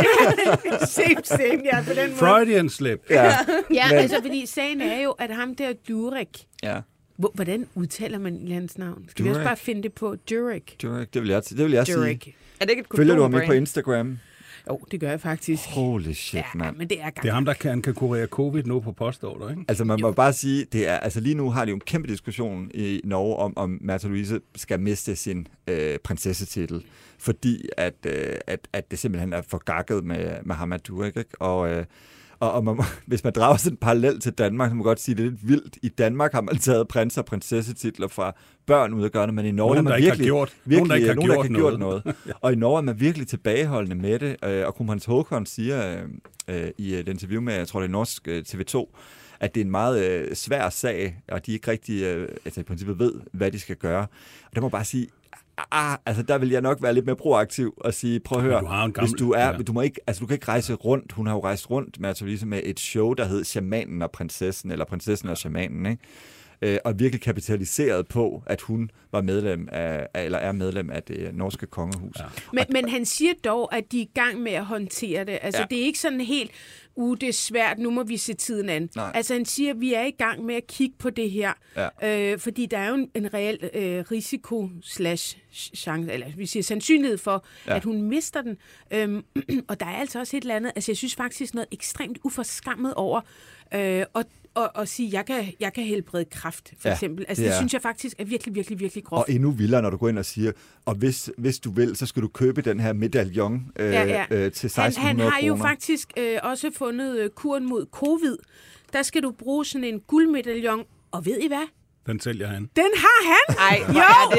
Same, ja, på den måde. Freudian slip. Ja, altså, fordi sagen er jo, at ham der Durek... Ja. Hvordan udtaler man hans navn? Skal vi også bare finde det på Durek? Durek, det vil jeg sige. Er det ikke et Følger du ham ikke på Instagram? Jo, det gør jeg faktisk. Holy shit, mand. Men det er Det er ham, der kan kurere covid nu på postorder, ikke? Altså, man må bare sige, det er, altså lige nu har de jo en kæmpe diskussion i Norge om Märtha Louise skal miste sin prinsessetitel, fordi at det simpelthen er for gakket med Hamad Durek, ikke? Og man, hvis man drager sådan en parallel til Danmark, så må man godt sige, at det er lidt vildt. I Danmark har man taget prins- og prinsessetitler fra børn ud af gøre, men i Norge nogen, er man virkelig nogen, der ikke har gjort noget. Og i Norge er man virkelig tilbageholdende med det. Og kronprins Håkon siger i et interview med, jeg tror det er norsk TV2, at det er en meget svær sag, og de ikke rigtig i princippet ved, hvad de skal gøre. Og der må bare sige, altså der vil jeg nok være lidt mere proaktiv og sige, prøv at høre, hvis du må ikke, altså du kan ikke rejse rundt. Hun har jo rejst rundt med, ligesom med et show, der hed Shamanen og Prinsessen, eller Prinsessen og Shamanen, ikke? Og virkelig kapitaliseret på, at hun var medlem af, eller er medlem af det norske kongehus. Ja. Men han siger dog, at de er i gang med at håndtere det. Altså det er ikke sådan helt, det er svært, nu må vi se tiden an. Nej. Altså han siger, at vi er i gang med at kigge på det her. Ja. Fordi der er jo en reel risiko chance, eller vi siger sandsynlighed for, at hun mister den. Og der er altså også et eller andet, altså jeg synes faktisk noget ekstremt uforskammet over, og sige, jeg kan helbrede kræft, for eksempel. Altså, det synes jeg faktisk er virkelig, virkelig, virkelig groft. Og endnu vildere, når du går ind og siger, og hvis du vil, så skal du købe den her medaljon til 1.600 Han har jo faktisk også fundet kuren mod covid. Der skal du bruge sådan en guldmedaljon, og ved I hvad? Den sælger han. Den har han! Ej, jo!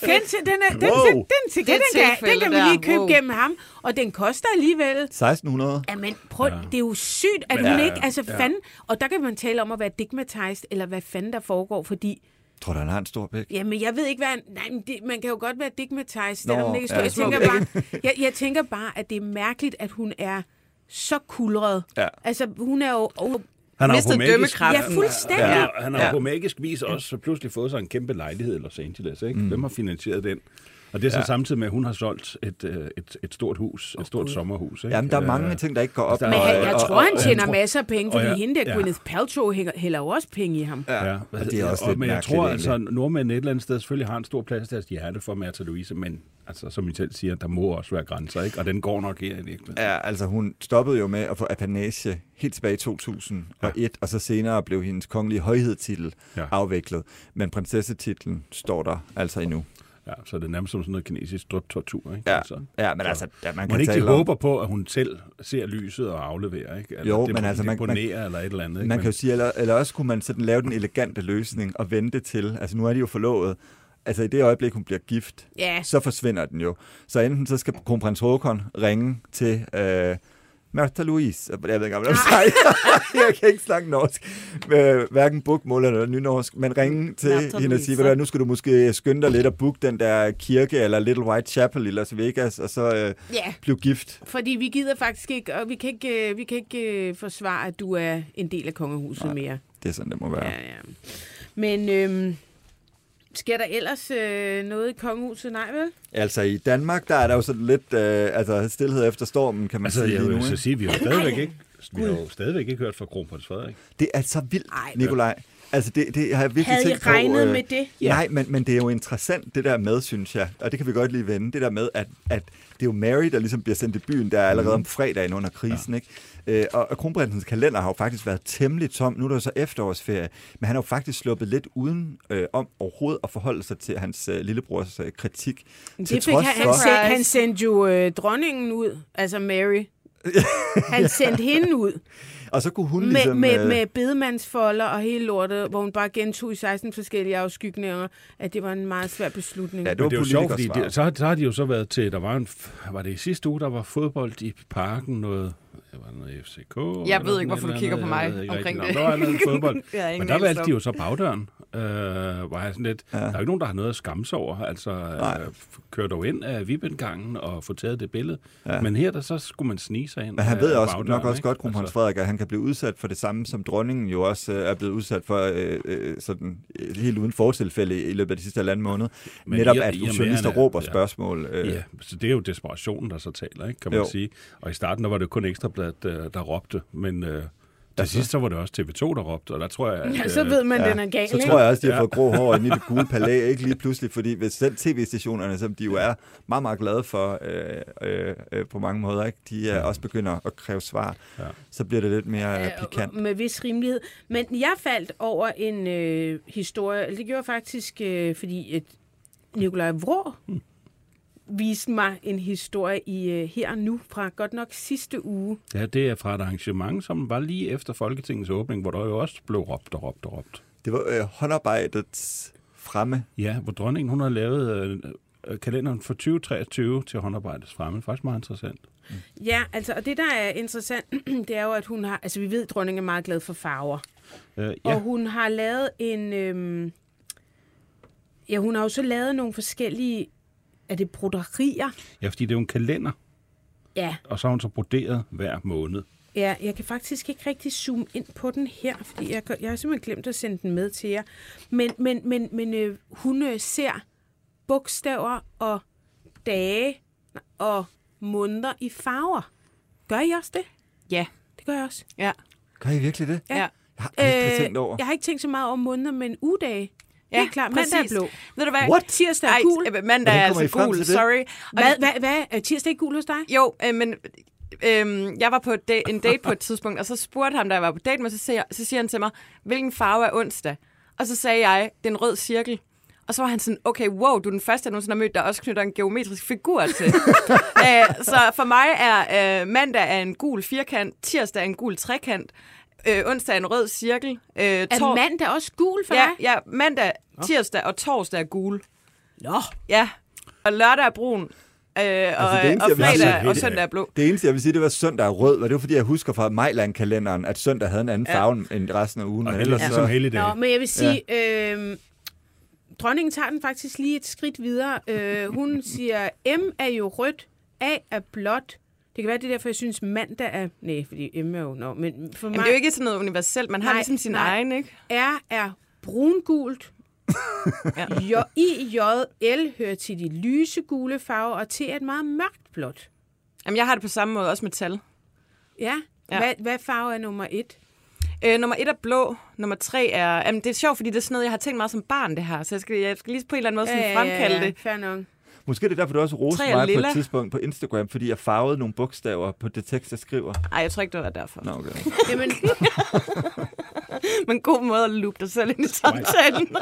Den kan vi lige købe gennem ham, og den koster alligevel... 1.600? Jamen, prøv, det er jo sygt, at hun ikke... Altså, fanden... Og der kan man tale om at være digmatized, eller hvad fanden der foregår, fordi... Tror du, han har en stor pæk? Jamen, jeg ved ikke, hvad... man kan jo godt være digmatized, selvom ikke jeg tænker bare, at det er mærkeligt, at hun er så kulret. Ja. Altså, hun er jo... Han har mistet dømmekraften. Ja, fuldstændig. Han har på magisk vis også pludselig fået sig en kæmpe lejlighed i Los Angeles. Ikke? Hvem har finansieret den? Og det er så samtidig med, at hun har solgt et stort hus, et stort sommerhus. Ikke? Jamen, der er mange ting, der ikke går op. Men jeg tror, han tjener masser af penge, fordi hende der Gwyneth Paltrow hælder jo også penge i ham. Ja, og det er også lidt men jeg mærkeligt, tror, altså, nordmænd et eller andet sted selvfølgelig har en stor plads til deres hjerte for Märtha Louise, men altså, som I selv siger, der må også være grænser, ikke? Og den går nok her i virkeligheden. Ja, altså hun stoppede jo med at få apanage helt tilbage i 2001, og så senere blev hendes kongelige højhedstitel afviklet. Men prinsessetitlen står der altså endnu. Ja, så det er nærmest som sådan noget kinesisk dryptortur, ikke? Ja, altså, ja, men altså, man kan ikke tale håber på, at hun selv ser lyset og afleverer, ikke? Eller jo, men altså, man eller et eller andet, ikke? Man kan jo sige, eller også kunne man sådan lave den elegante løsning og vente til, altså nu er de jo forlovet, altså i det øjeblik, hun bliver gift, så forsvinder den jo. Så enten så skal kronprins Håkon ringe til... Märtha Louise. Jeg ved ikke, om jeg kan ikke snakke norsk. Hverken bukmål eller nynorsk. Men ringe til hende og sige, nu skal du måske skynde dig lidt og booke den der kirke eller Little White Chapel i Las Vegas, og så blive gift. Fordi vi gider faktisk ikke, og vi kan ikke forsvare, at du er en del af kongehuset mere. Det er sådan, det må være. Ja. Men... sker der ellers noget i kongehuset? Nej, vel? Altså i Danmark, der er der jo sådan lidt stilhed efter stormen, kan man sige. Jeg vil så sige, vi har jo stadigvæk ikke hørt fra kronprins Frederik. Det er så vildt, Nikolaj. Altså det har jeg virkelig tænkt på. Havde I regnet med det? Ja. Nej, men det er jo interessant det der med, synes jeg, og det kan vi godt lige vende, det der med, at det er jo Mary, der ligesom bliver sendt i byen, der er allerede om fredagen under krisen, ikke? Og kronprinsens kalender har jo faktisk været temmelig tom. Nu er der jo så efterårsferie, men han har jo faktisk sluppet lidt uden om overhovedet at forholde sig til hans lillebrors kritik. Det fik han sendte jo dronningen ud, altså Mary. Han sendte hende ud. Og så kunne hun ligesom... Med bedemandsfolder og hele lortet, hvor hun bare gentog i 16 forskellige afskygninger, at det var en meget svær beslutning. Ja, det var sjovt, fordi så har de jo så været til, var det i sidste uge, der var fodbold i parken, noget var der noget FCK? Jeg ved ikke, hvorfor du kigger på mig omkring det. Der var noget fodbold. Men der valgte de jo så bagdøren. Var jeg sådan lidt, der er jo ikke nogen, der har noget at skamme sig over. Altså, kør dog ind af VIP-indgangen og få taget det billede. Ja. Men her, der så skulle man snige sig ind. Men han ved også nok også godt, Kronprins Frederik, at han kan blive udsat for det samme, som dronningen jo også er blevet udsat for sådan helt uden fortilfælde i løbet af de sidste halvanden måned. Men netop at journalister råber spørgsmål. Ja, så det er jo desperationen, der så taler, ikke, kan man sige. Og i starten, der var det kun Ekstrabladet, der råbte, men til sidst så var det også TV2, der råbte, og der tror jeg... Ja, så ved man, den er gal, så tror jeg også, de har fået grå hår ind i det gule palæ, ikke lige pludselig, fordi hvis selv tv-stationerne, som de jo er meget, meget glade for på mange måder, ikke, de er også begynder at kræve svar, så bliver det lidt mere pikant. Med vis rimelighed. Men jeg faldt over en historie, det gjorde jeg faktisk, fordi Nikolaj Vrå viste mig en historie i Her og Nu fra godt nok sidste uge. Ja, det er fra et arrangement, som var lige efter Folketingets åbning, hvor der jo også blev råbt. Det var håndarbejdets fremme. Ja, hvor dronningen hun har lavet kalenderen for 2023 til håndarbejdets fremme. Faktisk meget interessant. Ja, altså, og det der er interessant, det er jo, at hun har, altså vi ved, at dronningen er meget glad for farver. Og hun har lavet en, hun har jo så lavet nogle forskellige, er det broderier? Ja, fordi det er jo en kalender. Ja. Og så har hun så broderet hver måned. Ja, jeg kan faktisk ikke rigtig zoome ind på den her, fordi jeg har simpelthen glemt at sende den med til jer. Men hun ser bogstaver og dage og måneder i farver. Gør I også det? Ja. Det gør jeg også. Ja. Gør I virkelig det? Ja. Jeg har aldrig tænkt over. Jeg har ikke tænkt så meget over måneder, men ugedage. Ja, det er klart. Mandag er blå. Ved du hvad? What? Tirsdag er gul. Mandag er altså gul, sorry. Hvad? Er tirsdag ikke gul hos dig? Jo, men jeg var på en date på et tidspunkt, og så spurgte ham, da jeg var på date med, så siger han til mig, hvilken farve er onsdag? Og så sagde jeg, det er en rød cirkel. Og så var han sådan, okay, wow, du er den første, jeg nogensinde har mødt, der også knytter en geometrisk figur til. Så for mig er mandag er en gul firkant, tirsdag er en gul trekant, onsdag er en rød cirkel. Er mandag også gul for dig? Ja, mandag, tirsdag og torsdag er gul. Nå. Ja, og lørdag er brun. Og fredag og søndag er blå. Det eneste, jeg vil sige, det var søndag er rød, og det var fordi, jeg husker fra Mejland-kalenderen, at søndag havde en anden farve end resten af ugen. Og ellers som helligdag. Nå, men jeg vil sige, dronningen tager den faktisk lige et skridt videre. Hun siger, M er jo rødt, A er blåt. Det kan være, det er derfor, jeg synes, mandag er... Nej, fordi M er jo... No, men for mig... det er jo ikke sådan noget universelt. Man har ligesom sin egen, ikke? R er brungult. IJL hører til de lysegule farver, og T er et meget mørkt blåt. Jamen, jeg har det på samme måde, også med tal. Ja? Hvad farve er nummer 1? Nummer 1 er blå, nummer 3 er... Jamen, det er sjovt, fordi det er sådan noget, jeg har tænkt meget som barn, det her. Så jeg skal lige på en eller anden måde sådan fremkalde det. Fair nok. Måske det er derfor, du også roste mig på et tidspunkt på Instagram, fordi jeg farvede nogle bogstaver på det tekst, jeg skriver. Nej, jeg tror ikke, det var derfor. Nå, okay. Jamen... Men god måde at loope dig selv ind i samtalen.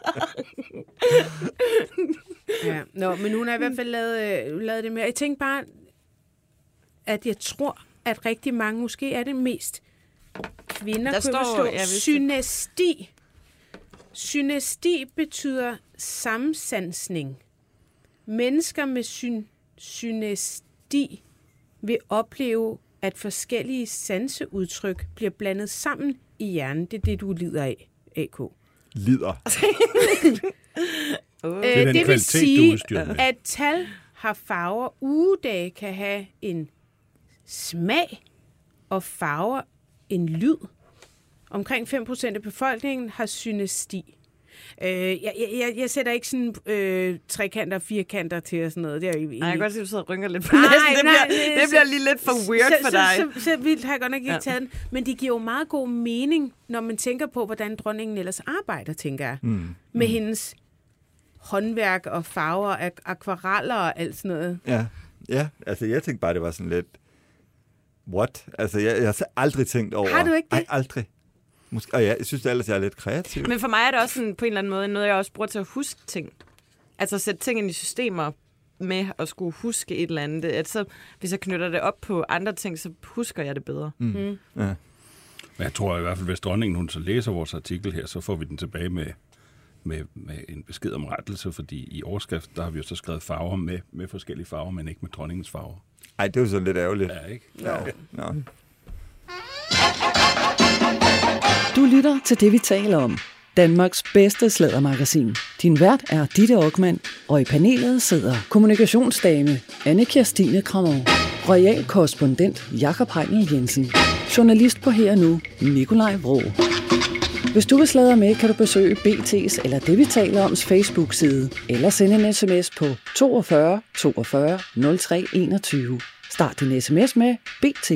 Men hun har i hvert fald lavet det med. Jeg tænkte bare, at jeg tror, at rigtig mange, måske er det mest kvinder, der kunne forstå, synæsti. Synæsti betyder samsansning. Mennesker med synæsti vil opleve, at forskellige sanseudtryk bliver blandet sammen i hjernen. Det er det, du lider af, AK. Lider? Det vil sige, at tal har farver. Ugedage kan have en smag, og farver en lyd. Omkring 5% af befolkningen har synæsti. Jeg sætter ikke sådan trekanter og firkanter til og sådan noget. Det er jo jeg kan godt se, at du sidder og rynker lidt på næsten. Det bliver lige lidt for weird for dig. Så vildt har jeg godt nok ikke taget den. Men det giver jo meget god mening, når man tænker på, hvordan dronningen ellers arbejder, tænker jeg. Med hendes håndværk og farver og akvareller og alt sådan noget. Ja, altså jeg tænkte bare, det var sådan lidt... What? Altså jeg har aldrig tænkt over... Har du ikke det? Nej, aldrig. Måske, og jeg synes ellers, jeg er lidt kreativ. Men for mig er det også sådan, på en eller anden måde noget, jeg også bruger til at huske ting. Altså at sætte ting ind i systemer med at skulle huske et eller andet. At så, hvis jeg knytter det op på andre ting, så husker jeg det bedre. Ja. Men jeg tror i hvert fald, hvis dronningen hun så læser vores artikel her, så får vi den tilbage med en besked om rettelse, fordi i overskrift, der har vi jo så skrevet farver med forskellige farver, men ikke med dronningens farver. Ej, det er jo så lidt ærgerligt. Ja, ikke? Ja. Du lytter til Det, vi taler om. Danmarks bedste sladdermagasin. Din vært er Ditte Okman, og i panelet sidder kommunikationsdame Anne Kirstine Krammer, royal korrespondent Jakob Heinel Jensen, journalist på Her Nu, Nikolaj Vrå. Hvis du vil sladre med, kan du besøge BT's eller Det, vi taler oms Facebook-side, eller sende en sms på 42 42 03 21. Start din sms med BT.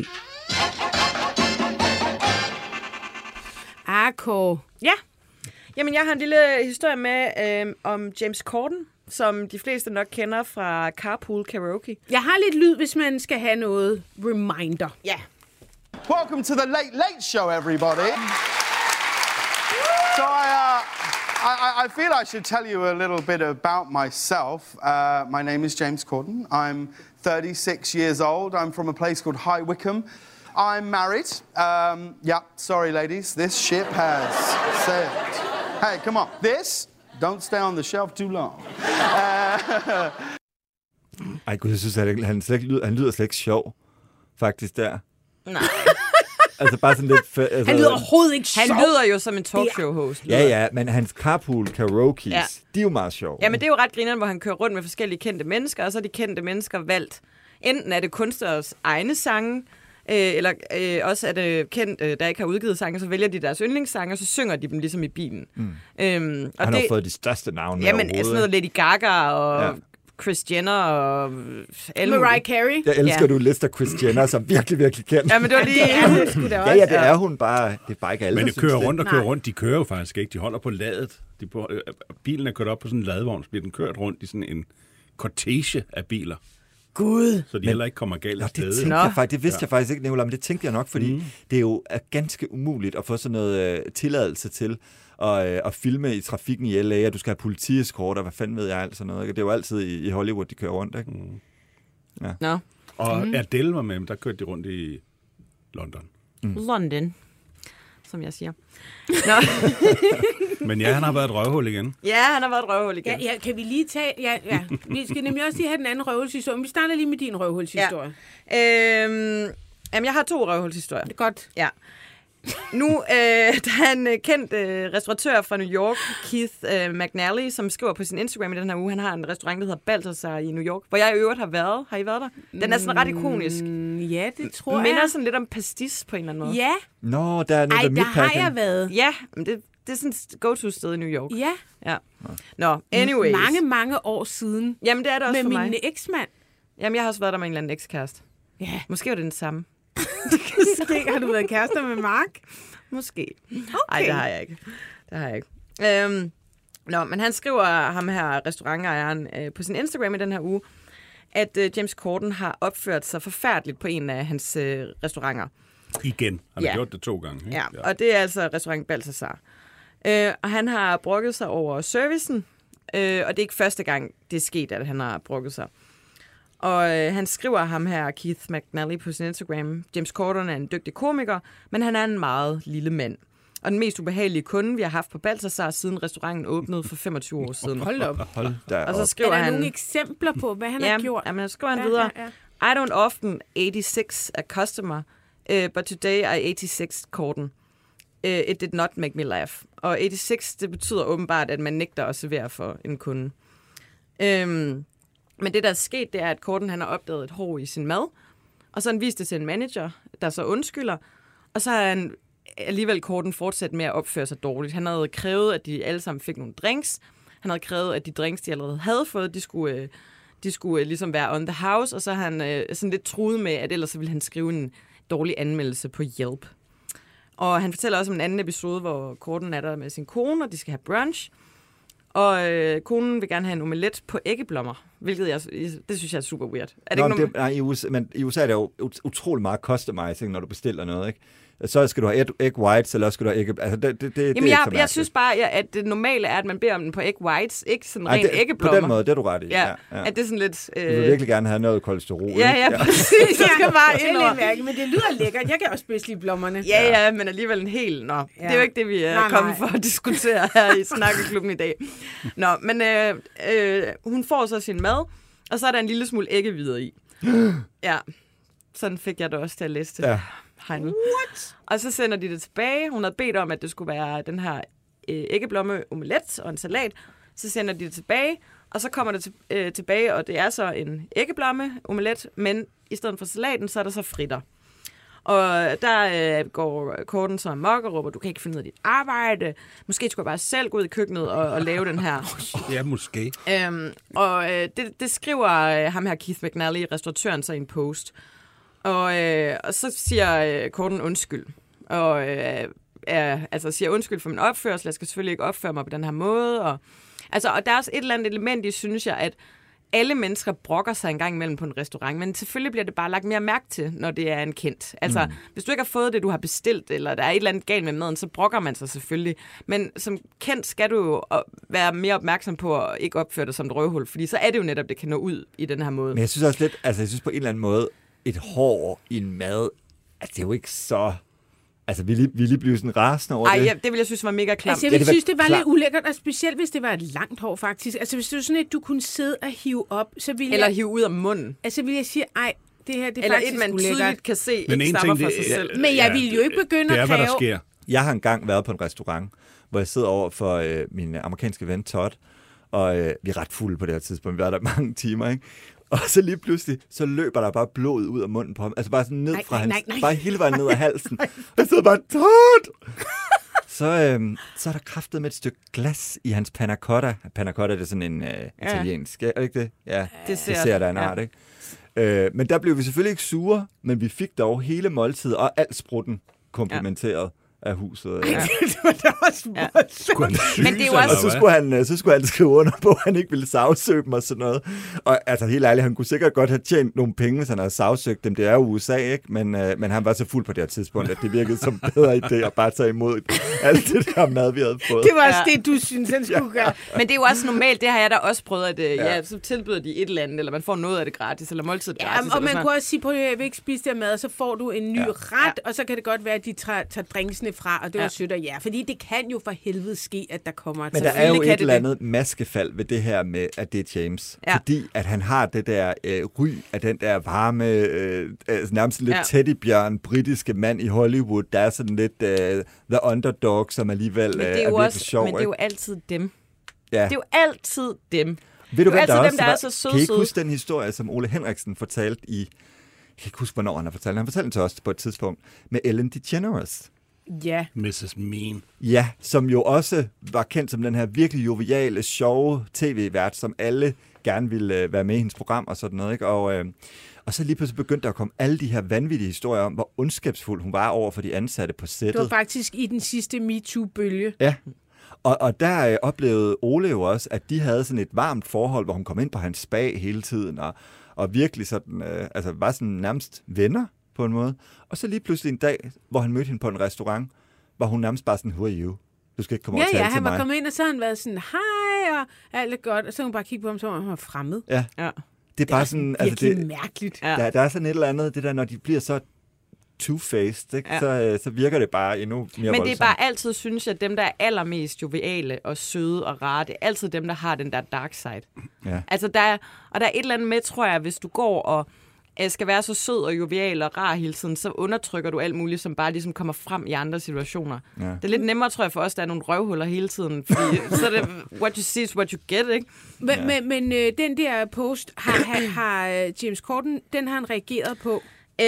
Kåre. Ja. Jamen, jeg har en lille historie med om James Corden, som de fleste nok kender fra Carpool Karaoke. Jeg har lidt lyd, hvis man skal have noget reminder. Ja. Welcome to the Late Late Show, everybody. So I feel I should tell you a little bit about myself. My name is James Corden. I'm 36 years old. I'm from a place called High Wycombe. I'm married. Yeah, sorry ladies, this ship has sailed. Hey, come on. This, don't stay on the shelf too long. Ej gud, jeg synes, han lyder slet ikke sjov, faktisk der. Nej. Altså bare sådan lidt... Altså, Han lyder overhovedet ikke sjov. Han lyder jo som en talkshow-host. Ja, men hans carpool karaoke, de er jo meget sjove. Ja, men det er jo ret grineren, hvor han kører rundt med forskellige kendte mennesker, og så er de kendte mennesker valgt. Enten er det kunstneres egne sange, eller også er det kendt, der ikke har udgivet sange, så vælger de deres yndlingssange, og så synger de dem ligesom i bilen. Og han har fået de største navne overhovedet. Jamen, sådan noget Lady Gaga og Kris Jenner og... Mariah Carey. Jeg elsker, du lister Kris Jenner som virkelig, virkelig kendt. Ja, men det var lige... det er hun sgu da også. Ja, det er hun bare. Det er bare ikke alle, men der de kører synes rundt og kører rundt. De kører jo faktisk ikke. De holder på ladet. Bilen er kørt op på sådan en ladevogn, så bliver den kørt rundt i sådan en cortege af biler. Gud. Så de heller ikke kommer galt af sted. Det vidste jeg faktisk ikke, Nicolaj, men det tænkte jeg nok, fordi det er jo ganske umuligt at få sådan noget tilladelse til at filme i trafikken i LA, og du skal have politieskort, og hvad fanden ved jeg, alt sådan noget. Det er jo altid i Hollywood, de kører rundt, ikke? Ja. Nå. Og Adele var med, der kørte de rundt i London. London, som jeg siger. Nå. Men ja, han har været et røvhul igen. Ja, han har været et røvhul igen. Ja, kan vi lige tage... Ja. Vi skal nemlig også lige have den anden røvhulshistorie. Vi starter lige med din røvhulshistorie. Ja. Jamen, jeg har 2 røvhulshistorier. Det er godt. Ja. Nu der er en kendt restauratør fra New York, Keith McNally, som skriver på sin Instagram i den her uge. Han har en restaurant, der hedder Balthazar i New York, hvor jeg i øvrigt har været. Har I været der? Den er sådan ret ikonisk. Ja, det tror jeg. Minder sådan lidt om pastis på en eller anden måde. Ja. Nå, der er noget der har jeg været. Ja, men det er sådan et go-to-sted i New York. Ja. Nå, anyways. Mange år siden. Jamen, det er det også for mig. Med min eksmand. Jamen, jeg har også været der med en eller anden ekskæreste. Ja. Måske var det den samme. Måske har du været kærester med Mark? Måske. Okay. Ej, det har jeg ikke. Nå, men han skriver, ham her restaurantejeren, på sin Instagram i den her uge, at James Corden har opført sig forfærdeligt på en af hans restauranter. Igen. Han har gjort det 2 gange. Ikke? Ja, og det er altså restaurant Balthazar. Og han har brokket sig over servicen, og det er ikke første gang, det er sket, at han har brokket sig. Og han skriver ham her, Keith McNally, på sin Instagram. James Corden er en dygtig komiker, men han er en meget lille mand. Og den mest ubehagelige kunde, vi har haft på Balthazar, siden restauranten åbnede for 25 år siden. Hold op. Og så skriver han nogle eksempler på, hvad han har gjort? Ja, men så skriver han videre. I don't often 86 a customer, but today I 86 Corden. It did not make me laugh. Og 86, det betyder åbenbart, at man nægter at servere for en kunde. Men det, der er sket, det er, at Corden han har opdaget et hår i sin mad, og så han vist det til en manager, der så undskylder, og så har han alligevel Corden fortsat med at opføre sig dårligt. Han havde krævet, at de alle sammen fik nogle drinks. Han havde krævet, at de drinks, de allerede havde fået, de skulle ligesom være on the house, og så har han sådan lidt truet med, at ellers så ville han skrive en dårlig anmeldelse på Yelp. Og han fortæller også om en anden episode, hvor Corden er der med sin kone, og de skal have brunch. Og konen vil gerne have en omelet på æggeblommer, hvilket det synes jeg er super weird. Er det i USA er det jo utrolig meget customizing, når du bestiller noget, ikke? Så skal du have egg whites, eller skal du have ægge... Altså, Jamen, jeg synes bare, at det normale er, at man beder om den på egg whites, ikke sådan ren æggeblommer. På den måde, det er du ret i. Ja. At det er sådan lidt... Du vil virkelig gerne have noget kolesterol. Ja, præcis. Jeg skal bare ind over. Men det lyder lækkert. Jeg kan også bedst lide blommerne. Ja, men alligevel en hel... Nå, det er jo ikke det, vi er kommet for at diskutere her i Snakkeklubben i dag. Nå, men hun får så sin mad, og så er der en lille smule æggehvider i. Ja, sådan fik jeg det også til at læse det. Ja. Heinl. Og så sender de det tilbage. Hun havde bedt om, at det skulle være den her æggeblomme omelet og en salat. Så sender de det tilbage, og så kommer det tilbage, og det er så en æggeblomme omelet, men i stedet for salaten, så er der så fritter. Og der går Corden så amok og råber, du kan ikke finde ud af dit arbejde. Måske skulle jeg bare selv gå ud i køkkenet og lave den her. Ja, måske. Det skriver ham her Keith McNally, restauratøren, så i en post. Og så siger Corden undskyld. Og siger undskyld for min opførsel. Jeg skal selvfølgelig ikke opføre mig på den her måde. Og der er også et eller andet element i, synes jeg, at alle mennesker brokker sig en gang imellem på en restaurant, men selvfølgelig bliver det bare lagt mere mærke til, når det er en kendt. Hvis du ikke har fået det, du har bestilt, eller der er et eller andet galt med maden, så brokker man sig selvfølgelig. Men som kendt skal du jo være mere opmærksom på at ikke opføre dig som et røvhul, fordi så er det jo netop, det kan nå ud i den her måde. Men jeg synes også lidt, jeg synes på en eller anden måde, et hår i en mad, det er jo ikke så... vil I lige blive sådan rasende over det? Nej, det vil jeg synes var mega klamt. Jeg synes, det var lidt ulækkert, og specielt hvis det var et langt hår, faktisk. Hvis det var sådan et, du kunne sidde og hive op, så ville eller hive ud af munden. Så ville jeg sige, det her, det er eller faktisk et, man ulækkert. Tydeligt kan se, ikke stammer fra sig selv. Men jeg ville jo ikke begynde at kræve... Det er, hvad der sker. Jeg har engang været på en restaurant, hvor jeg sidder over for min amerikanske ven Todd, og vi er ret fulde på det her tidspunkt. Vi har der mange timer, ikke? Og så lige pludselig, så løber der bare blod ud af munden på ham. Altså bare sådan ned fra hans... Bare hele vejen ned af halsen. Og jeg sidder bare, Todd! Så er der kraftet med et stykke glas i hans panna cotta. Panna cotta, det er sådan en italiensk, er det ikke det? Ja, det ser der en art, ikke? Men der blev vi selvfølgelig ikke sure, men vi fik dog hele måltidet og alt sprutten komplimenteret af huset. Det var da også men det er jo også... Så skulle han skrive under på, at han ikke ville sagsøge dem og sådan noget. Og helt ærligt, han kunne sikkert godt have tjent nogle penge, så han havde sagsøgt dem. Det er jo USA, ikke? Men han var så fuld på det her tidspunkt, at det virkede som bedre idé at bare tage imod alt det der mad, vi havde fået. Det var også det, du synes, han skulle gøre. Men det er jo også normalt, det har jeg da også prøvet, at så tilbyder de et eller andet, eller man får noget af det gratis, eller måltid gratis. Og man kunne også sige, at jeg vil ikke spise det mad, og så får du en ny ret, og så kan det godt være, at de tager drinksene fra, og det var sødt og fordi det kan jo for helvede ske, at der kommer... Men der er jo et eller andet maskefald ved det her med, at det er James. Ja. Fordi at han har det der ry af den der varme, nærmest lidt teddybjørn, britiske mand i Hollywood. Der er sådan lidt the underdog, som alligevel er virkelig sjov. Men det er jo altid dem. Ja. Det er jo altid dem. Ved du, det er jo altid dem, der er så søde. Kan I ikke huske den historie, som Ole Henriksen fortalte i... Jeg kan ikke huske, hvornår han har fortalt. Han fortalte den til os på et tidspunkt med Ellen DeGeneres. Ja. Mrs. Mean. Ja, som jo også var kendt som den her virkelig joviale, sjove tv-vært, som alle gerne ville være med i hendes program og sådan noget, ikke? Og så lige pludselig begyndte der at komme alle de her vanvittige historier om, hvor ondskabsfuld hun var over for de ansatte på sættet. Det var faktisk i den sidste MeToo-bølge. Ja, og der oplevede Ole jo også, at de havde sådan et varmt forhold, hvor hun kom ind på hans spa hele tiden, og virkelig sådan, var sådan nærmest venner på en måde. Og så lige pludselig en dag, hvor han mødte hende på en restaurant, var hun nærmest bare sådan, who are you? Du skal ikke komme over og tale til mig. Ja, han var kommet ind, og så har han været sådan, hej, og alt er godt. Og så hun bare kigge på ham, som om han var fremmed. Ja. Det er bare sådan... virkelig mærkeligt. Ja. Der er sådan et eller andet, det der, når de bliver så two-faced, ikke? Så virker det bare endnu mere voldsomt. Men det er bare altid, synes jeg, dem, der er allermest joviale og søde og rare, det er altid dem, der har den der dark side. Ja. Der er et eller andet med, tror jeg, hvis du går og skal være så sød og jovial og rar hele tiden, så undertrykker du alt muligt, som bare ligesom kommer frem i andre situationer. Ja. Det er lidt nemmere, tror jeg, for os, der er nogle røvhuller hele tiden, fordi så er det what you see is what you get, ikke? Men den der post har James Corden, den har han reageret på?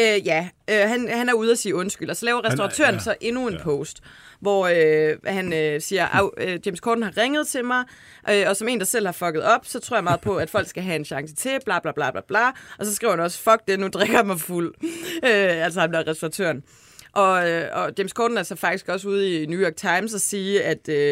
Han er ude at sige undskyld, og så laver restauratøren så endnu en post, hvor han siger, James Corden har ringet til mig, og som en, der selv har fucket op, så tror jeg meget på, at folk skal have en chance til, bla bla bla bla bla, og så skriver han også, fuck det, nu drikker jeg mig fuld. Altså ham der restauratøren. Og James Corden er så faktisk også ude i New York Times og sige,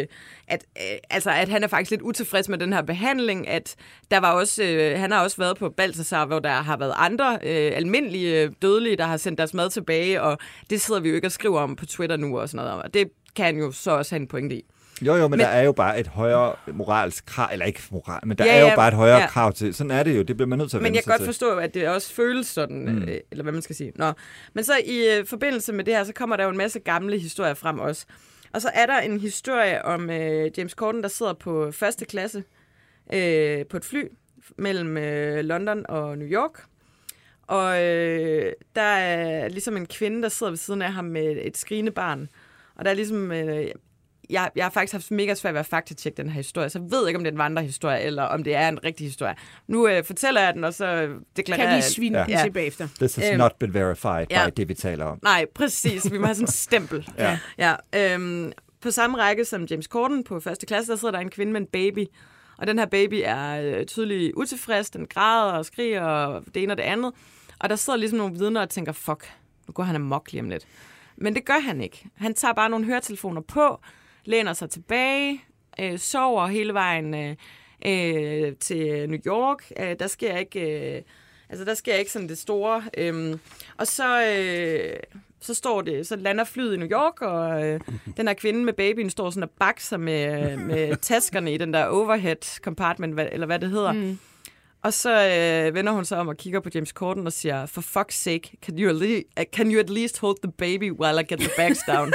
at han er faktisk lidt utilfreds med den her behandling, at der var også, han har også været på Balthazar, hvor der har været andre almindelige dødelige, der har sendt deres mad tilbage, og det sidder vi jo ikke og skriver om på Twitter nu og sådan noget, og det kan han jo så også have en pointe i. Jo, men der er jo bare et højere moralsk krav, eller ikke moral, men der er jo bare et højere krav til. Sådan er det jo, det bliver man nødt til at vende sig til. Men jeg kan godt forstå, at det også føles sådan, eller hvad man skal sige. Nå. Men så i forbindelse med det her, så kommer der jo en masse gamle historier frem også. Og så er der en historie om James Corden, der sidder på første klasse på et fly mellem London og New York. Og der er ligesom en kvinde, der sidder ved siden af ham med et skrigende barn. Og der er ligesom... Jeg har faktisk haft mega svært ved at faktatjekke den her historie, så jeg ved ikke, om det er en vandrehistorie, eller om det er en rigtig historie. Nu fortæller jeg den, og så deklarerer jeg... Kan vi svine den til bagefter? This has not been verified by det, vi taler om. Nej, præcis. Vi må have sådan en stempel. På samme række som James Corden på første klasse, der sidder der en kvinde med en baby. Og den her baby er tydeligt utilfreds, den græder og skriger, og det ene og det andet. Og der sidder ligesom nogle vidner og tænker, fuck, nu går han amok lige om lidt. Men det gør han ikke. Han tager bare nogle høretelefoner på, læner sig tilbage, sover hele vejen til New York. Der sker ikke sådan det store. Og så lander flyet i New York, og den her kvinde med babyen står sådan og bakser med taskerne i den der overhead compartment, eller hvad det hedder. Mm. Og så vender hun sig om og kigger på James Corden og siger, for fuck's sake, can you at least hold the baby while I get the bags down?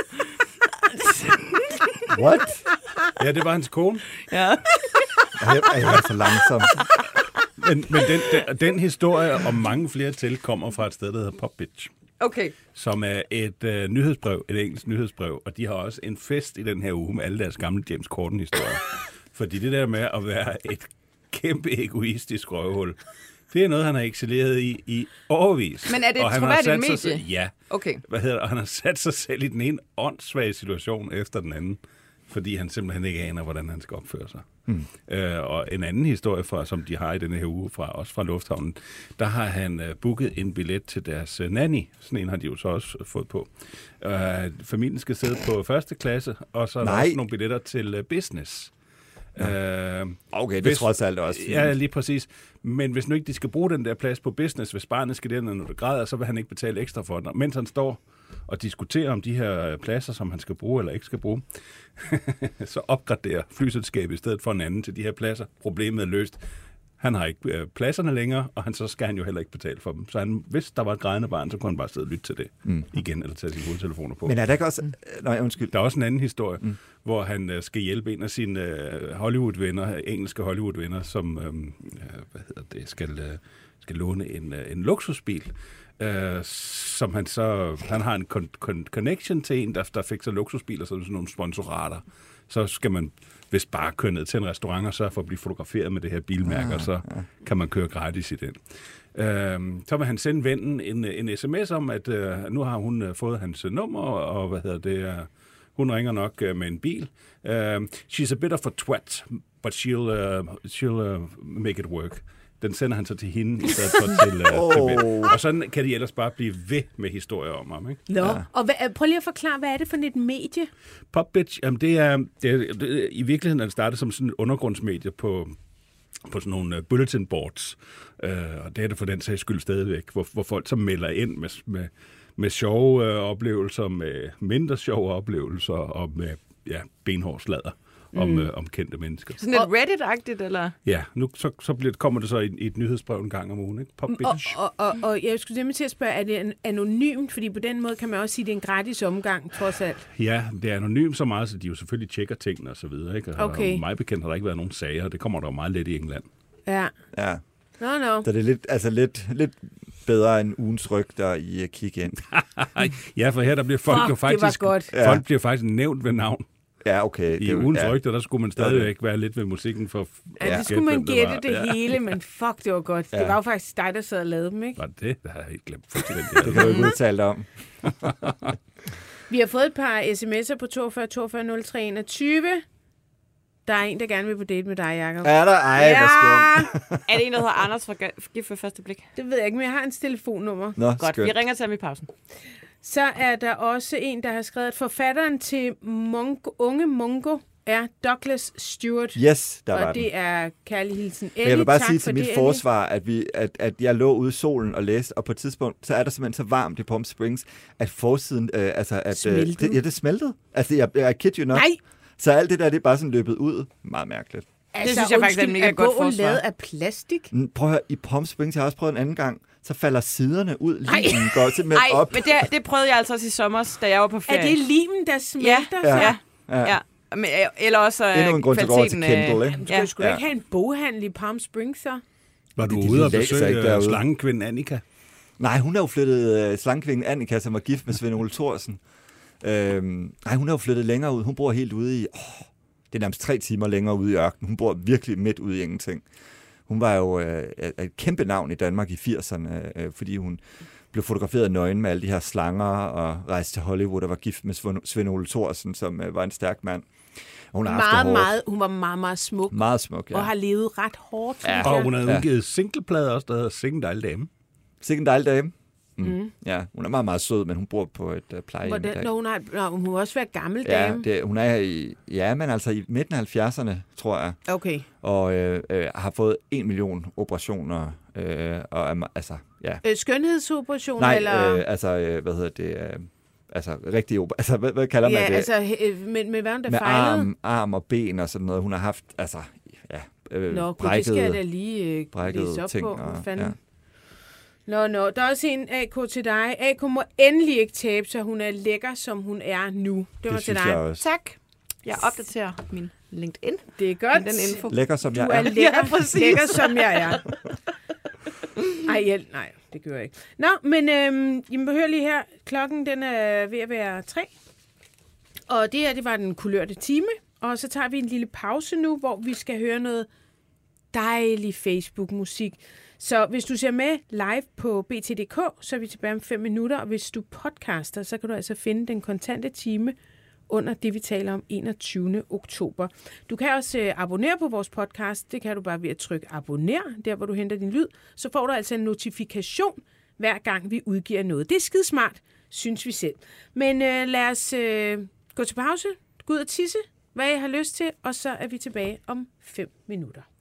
What? Ja, det var hans kone. Ja. Jeg er så langsom. Men den historie om mange flere til kommer fra et sted, der hedder Pop Bitch. Okay. Som er et nyhedsbrev, et engelsk nyhedsbrev, og de har også en fest i den her uge med alle deres gamle James Corden-historier. Fordi det der med at være et kæmpe egoistisk røvhul, det er noget, han har excelleret i årevis. Men er det et troværdigt medie? Ja. Okay. Og han har sat sig selv i den ene åndssvage situation efter den anden, fordi han simpelthen ikke aner, hvordan han skal opføre sig. Og en anden historie, som de har i denne her uge, også fra Lufthavnen, der har han booket en billet til deres nanny. Sådan en har de jo så også fået på. Familien skal sidde på første klasse, og så er der også nogle billetter til business. Okay, det tror jeg alt også fint. Ja, lige præcis. Men hvis nu ikke de skal bruge den der plads på business, hvis barnet skal dernede, når det græder, så vil han ikke betale ekstra for den. Mens han står og diskuterer om de her pladser, som han skal bruge eller ikke skal bruge, så opgraderer flyselskabet i stedet for en anden til de her pladser. Problemet er løst. Han har ikke pladserne længere, og så skal han jo heller ikke betale for dem. Så hvis der var et grædende barn, så kunne han bare sidde og lytte til det igen, eller tage sine hovedtelefoner på. Men er der ikke også... Nej, undskyld. Der er også en anden historie, hvor han skal hjælpe en af sine Hollywood-venner, engelske Hollywood-venner, som skal låne en luksusbil. Som han har en connection til en, der fik så luksusbiler, sådan nogle sponsorater. Så skal man hvis bare køre ned til en restaurant og sørge for at blive fotograferet med det her bilmærke, og så kan man køre gratis i den. Så vil han sende vennen en sms om, at nu har hun fået hans nummer, og hun ringer nok med en bil. She's a bit of a twat, but she'll make it work. Den sender han så til hende, i stedet for til Ben. Og sådan kan de ellers bare blive ved med historier om ham. Ikke? Nå, og prøv lige at forklare, hvad er det for et medie? Pop Bitch, jamen det er i virkeligheden er det startet som sådan et undergrundsmedie på sådan nogle bulletin boards. Og det er det for den sags skyld stadigvæk, hvor folk så melder ind med sjove oplevelser, med mindre sjove oplevelser og med benhård sladder. Om kendte mennesker. Sådan lidt Reddit-agtigt, eller? Ja, nu kommer det så i et nyhedsbrev en gang om ugen, ikke? Pop Bitch. Og jeg skulle simpelthen til at spørge, er det anonymt? Fordi på den måde kan man også sige, at det er en gratis omgang, trods alt. Ja, det er anonymt så meget, så de jo selvfølgelig tjekker tingene og så videre, ikke? Okay. Og mig bekendt har der ikke været nogen sager, det kommer der jo meget let i England. Ja. No. Så det er lidt bedre end ugens rygter i at kigge ind. Ja, for her der bliver folk jo faktisk... Folk bliver faktisk nævnt ved navn. Ja, okay. I ugens rygter, der skulle man stadigvæk være lidt ved musikken for... Ja, det skulle man gætte det hele, men fuck, det var godt. Det var jo faktisk dig, der sad og lavede dem, ikke? Var det? Det har jeg helt glemt. Det kan du ikke udtale om. Vi har fået et par sms'er på 42 42 03 21. Der er en, der gerne vil på date med dig, Jacob. Er der? Ej, hvor skønt. Er det en, der hedder Anders fra Gift ved første blik? Det ved jeg ikke, men jeg har hans telefonnummer. Nå, godt, skønt. vi ringer til ham i pausen. Så er der også en, der har skrevet, at forfatteren til Unge Mongo er Douglas Stewart. Yes, der var og den. det er kærlig hilsen Ellie. Jeg vil bare tak sige til mit det, forsvar, at jeg lå ude i solen og læste, og på et tidspunkt, så er der simpelthen så varmt i Palm Springs, at forsiden, det smeltede. Altså, jeg kid you not. Nej! Så alt det der, det er bare sådan løbet ud. Meget mærkeligt. Altså, det synes jeg faktisk er et mega godt forsvar. lavet af plastik? Prøv at høre, i Palm Springs, jeg har også prøvet en anden gang, så falder siderne ud, limen går simpelthen op. Men det prøvede jeg altså også i sommer, da jeg var på ferie. Er det limen, der smelter? Ja. Men, eller også endnu en grund til at gå over til Kendall, ikke? Du skulle ikke have en boghandel i Palm Springs, så? Var du ude og besøge slangekvinden Annika? Nej, hun er jo flyttet slangkvinden Annika, som var gift med Svend Ole Thorsen. Nej, hun er jo flyttet længere ud. Hun bor helt ude i... det er nærmest 3 timer længere ude i ørkenen. Hun bor virkelig midt ude i ingenting. Hun var jo et kæmpe navn i Danmark i 80'erne, fordi hun blev fotograferet nøgen med alle de her slanger og rejste til Hollywood og var gift med Svend Ole Thorsen, som var en stærk mand. Hun var meget, meget smuk. Meget smuk, ja. Og har levet ret hårdt. Ja. Og hun har udgivet singleplader også, der hedder Sikke en dejlig dame. Sikke en dejlig dame. Ja, hun er meget, meget sød, men hun bor på et plejehjem i dag. Hun må også være gammel dame. Ja, hun er men altså i midten af 70'erne, tror jeg. Okay. Og har fået 1 million operationer. Og altså, ja. Skønhedsoperationer? Nej, eller? Hvad hedder det? Altså, rigtig altså, hvad kalder man det? Ja, altså, med hvad hun der fejlede? Med arm og ben og sådan noget. Hun har haft, altså, ja, brækkede, det skal jeg da lige læse op ting på. Og, ja. Nå, der er også en AK til dig. AK må endelig ikke tabe sig. Hun er lækker, som hun er nu. Det var til dig. Tak. Jeg opdaterer min LinkedIn. Det er godt. Den info. Lækker, som jeg er. Du er lækker, som jeg er. Nej, det gør jeg ikke. Nå, men I hører lige her. Klokken den er ved at være 3. Og det var den kulørte time. Og så tager vi en lille pause nu, hvor vi skal høre noget dejlig Facebook-musik. Så hvis du ser med live på BT.dk, så er vi tilbage om 5 minutter. Og hvis du podcaster, så kan du altså finde den kontante time under det, vi taler om 21. oktober. Du kan også abonnere på vores podcast. Det kan du bare ved at trykke abonner, der hvor du henter din lyd. Så får du altså en notifikation, hver gang vi udgiver noget. Det er skidesmart, synes vi selv. Men lad os gå til pause, gå ud og tisse, hvad I har lyst til, og så er vi tilbage om 5 minutter.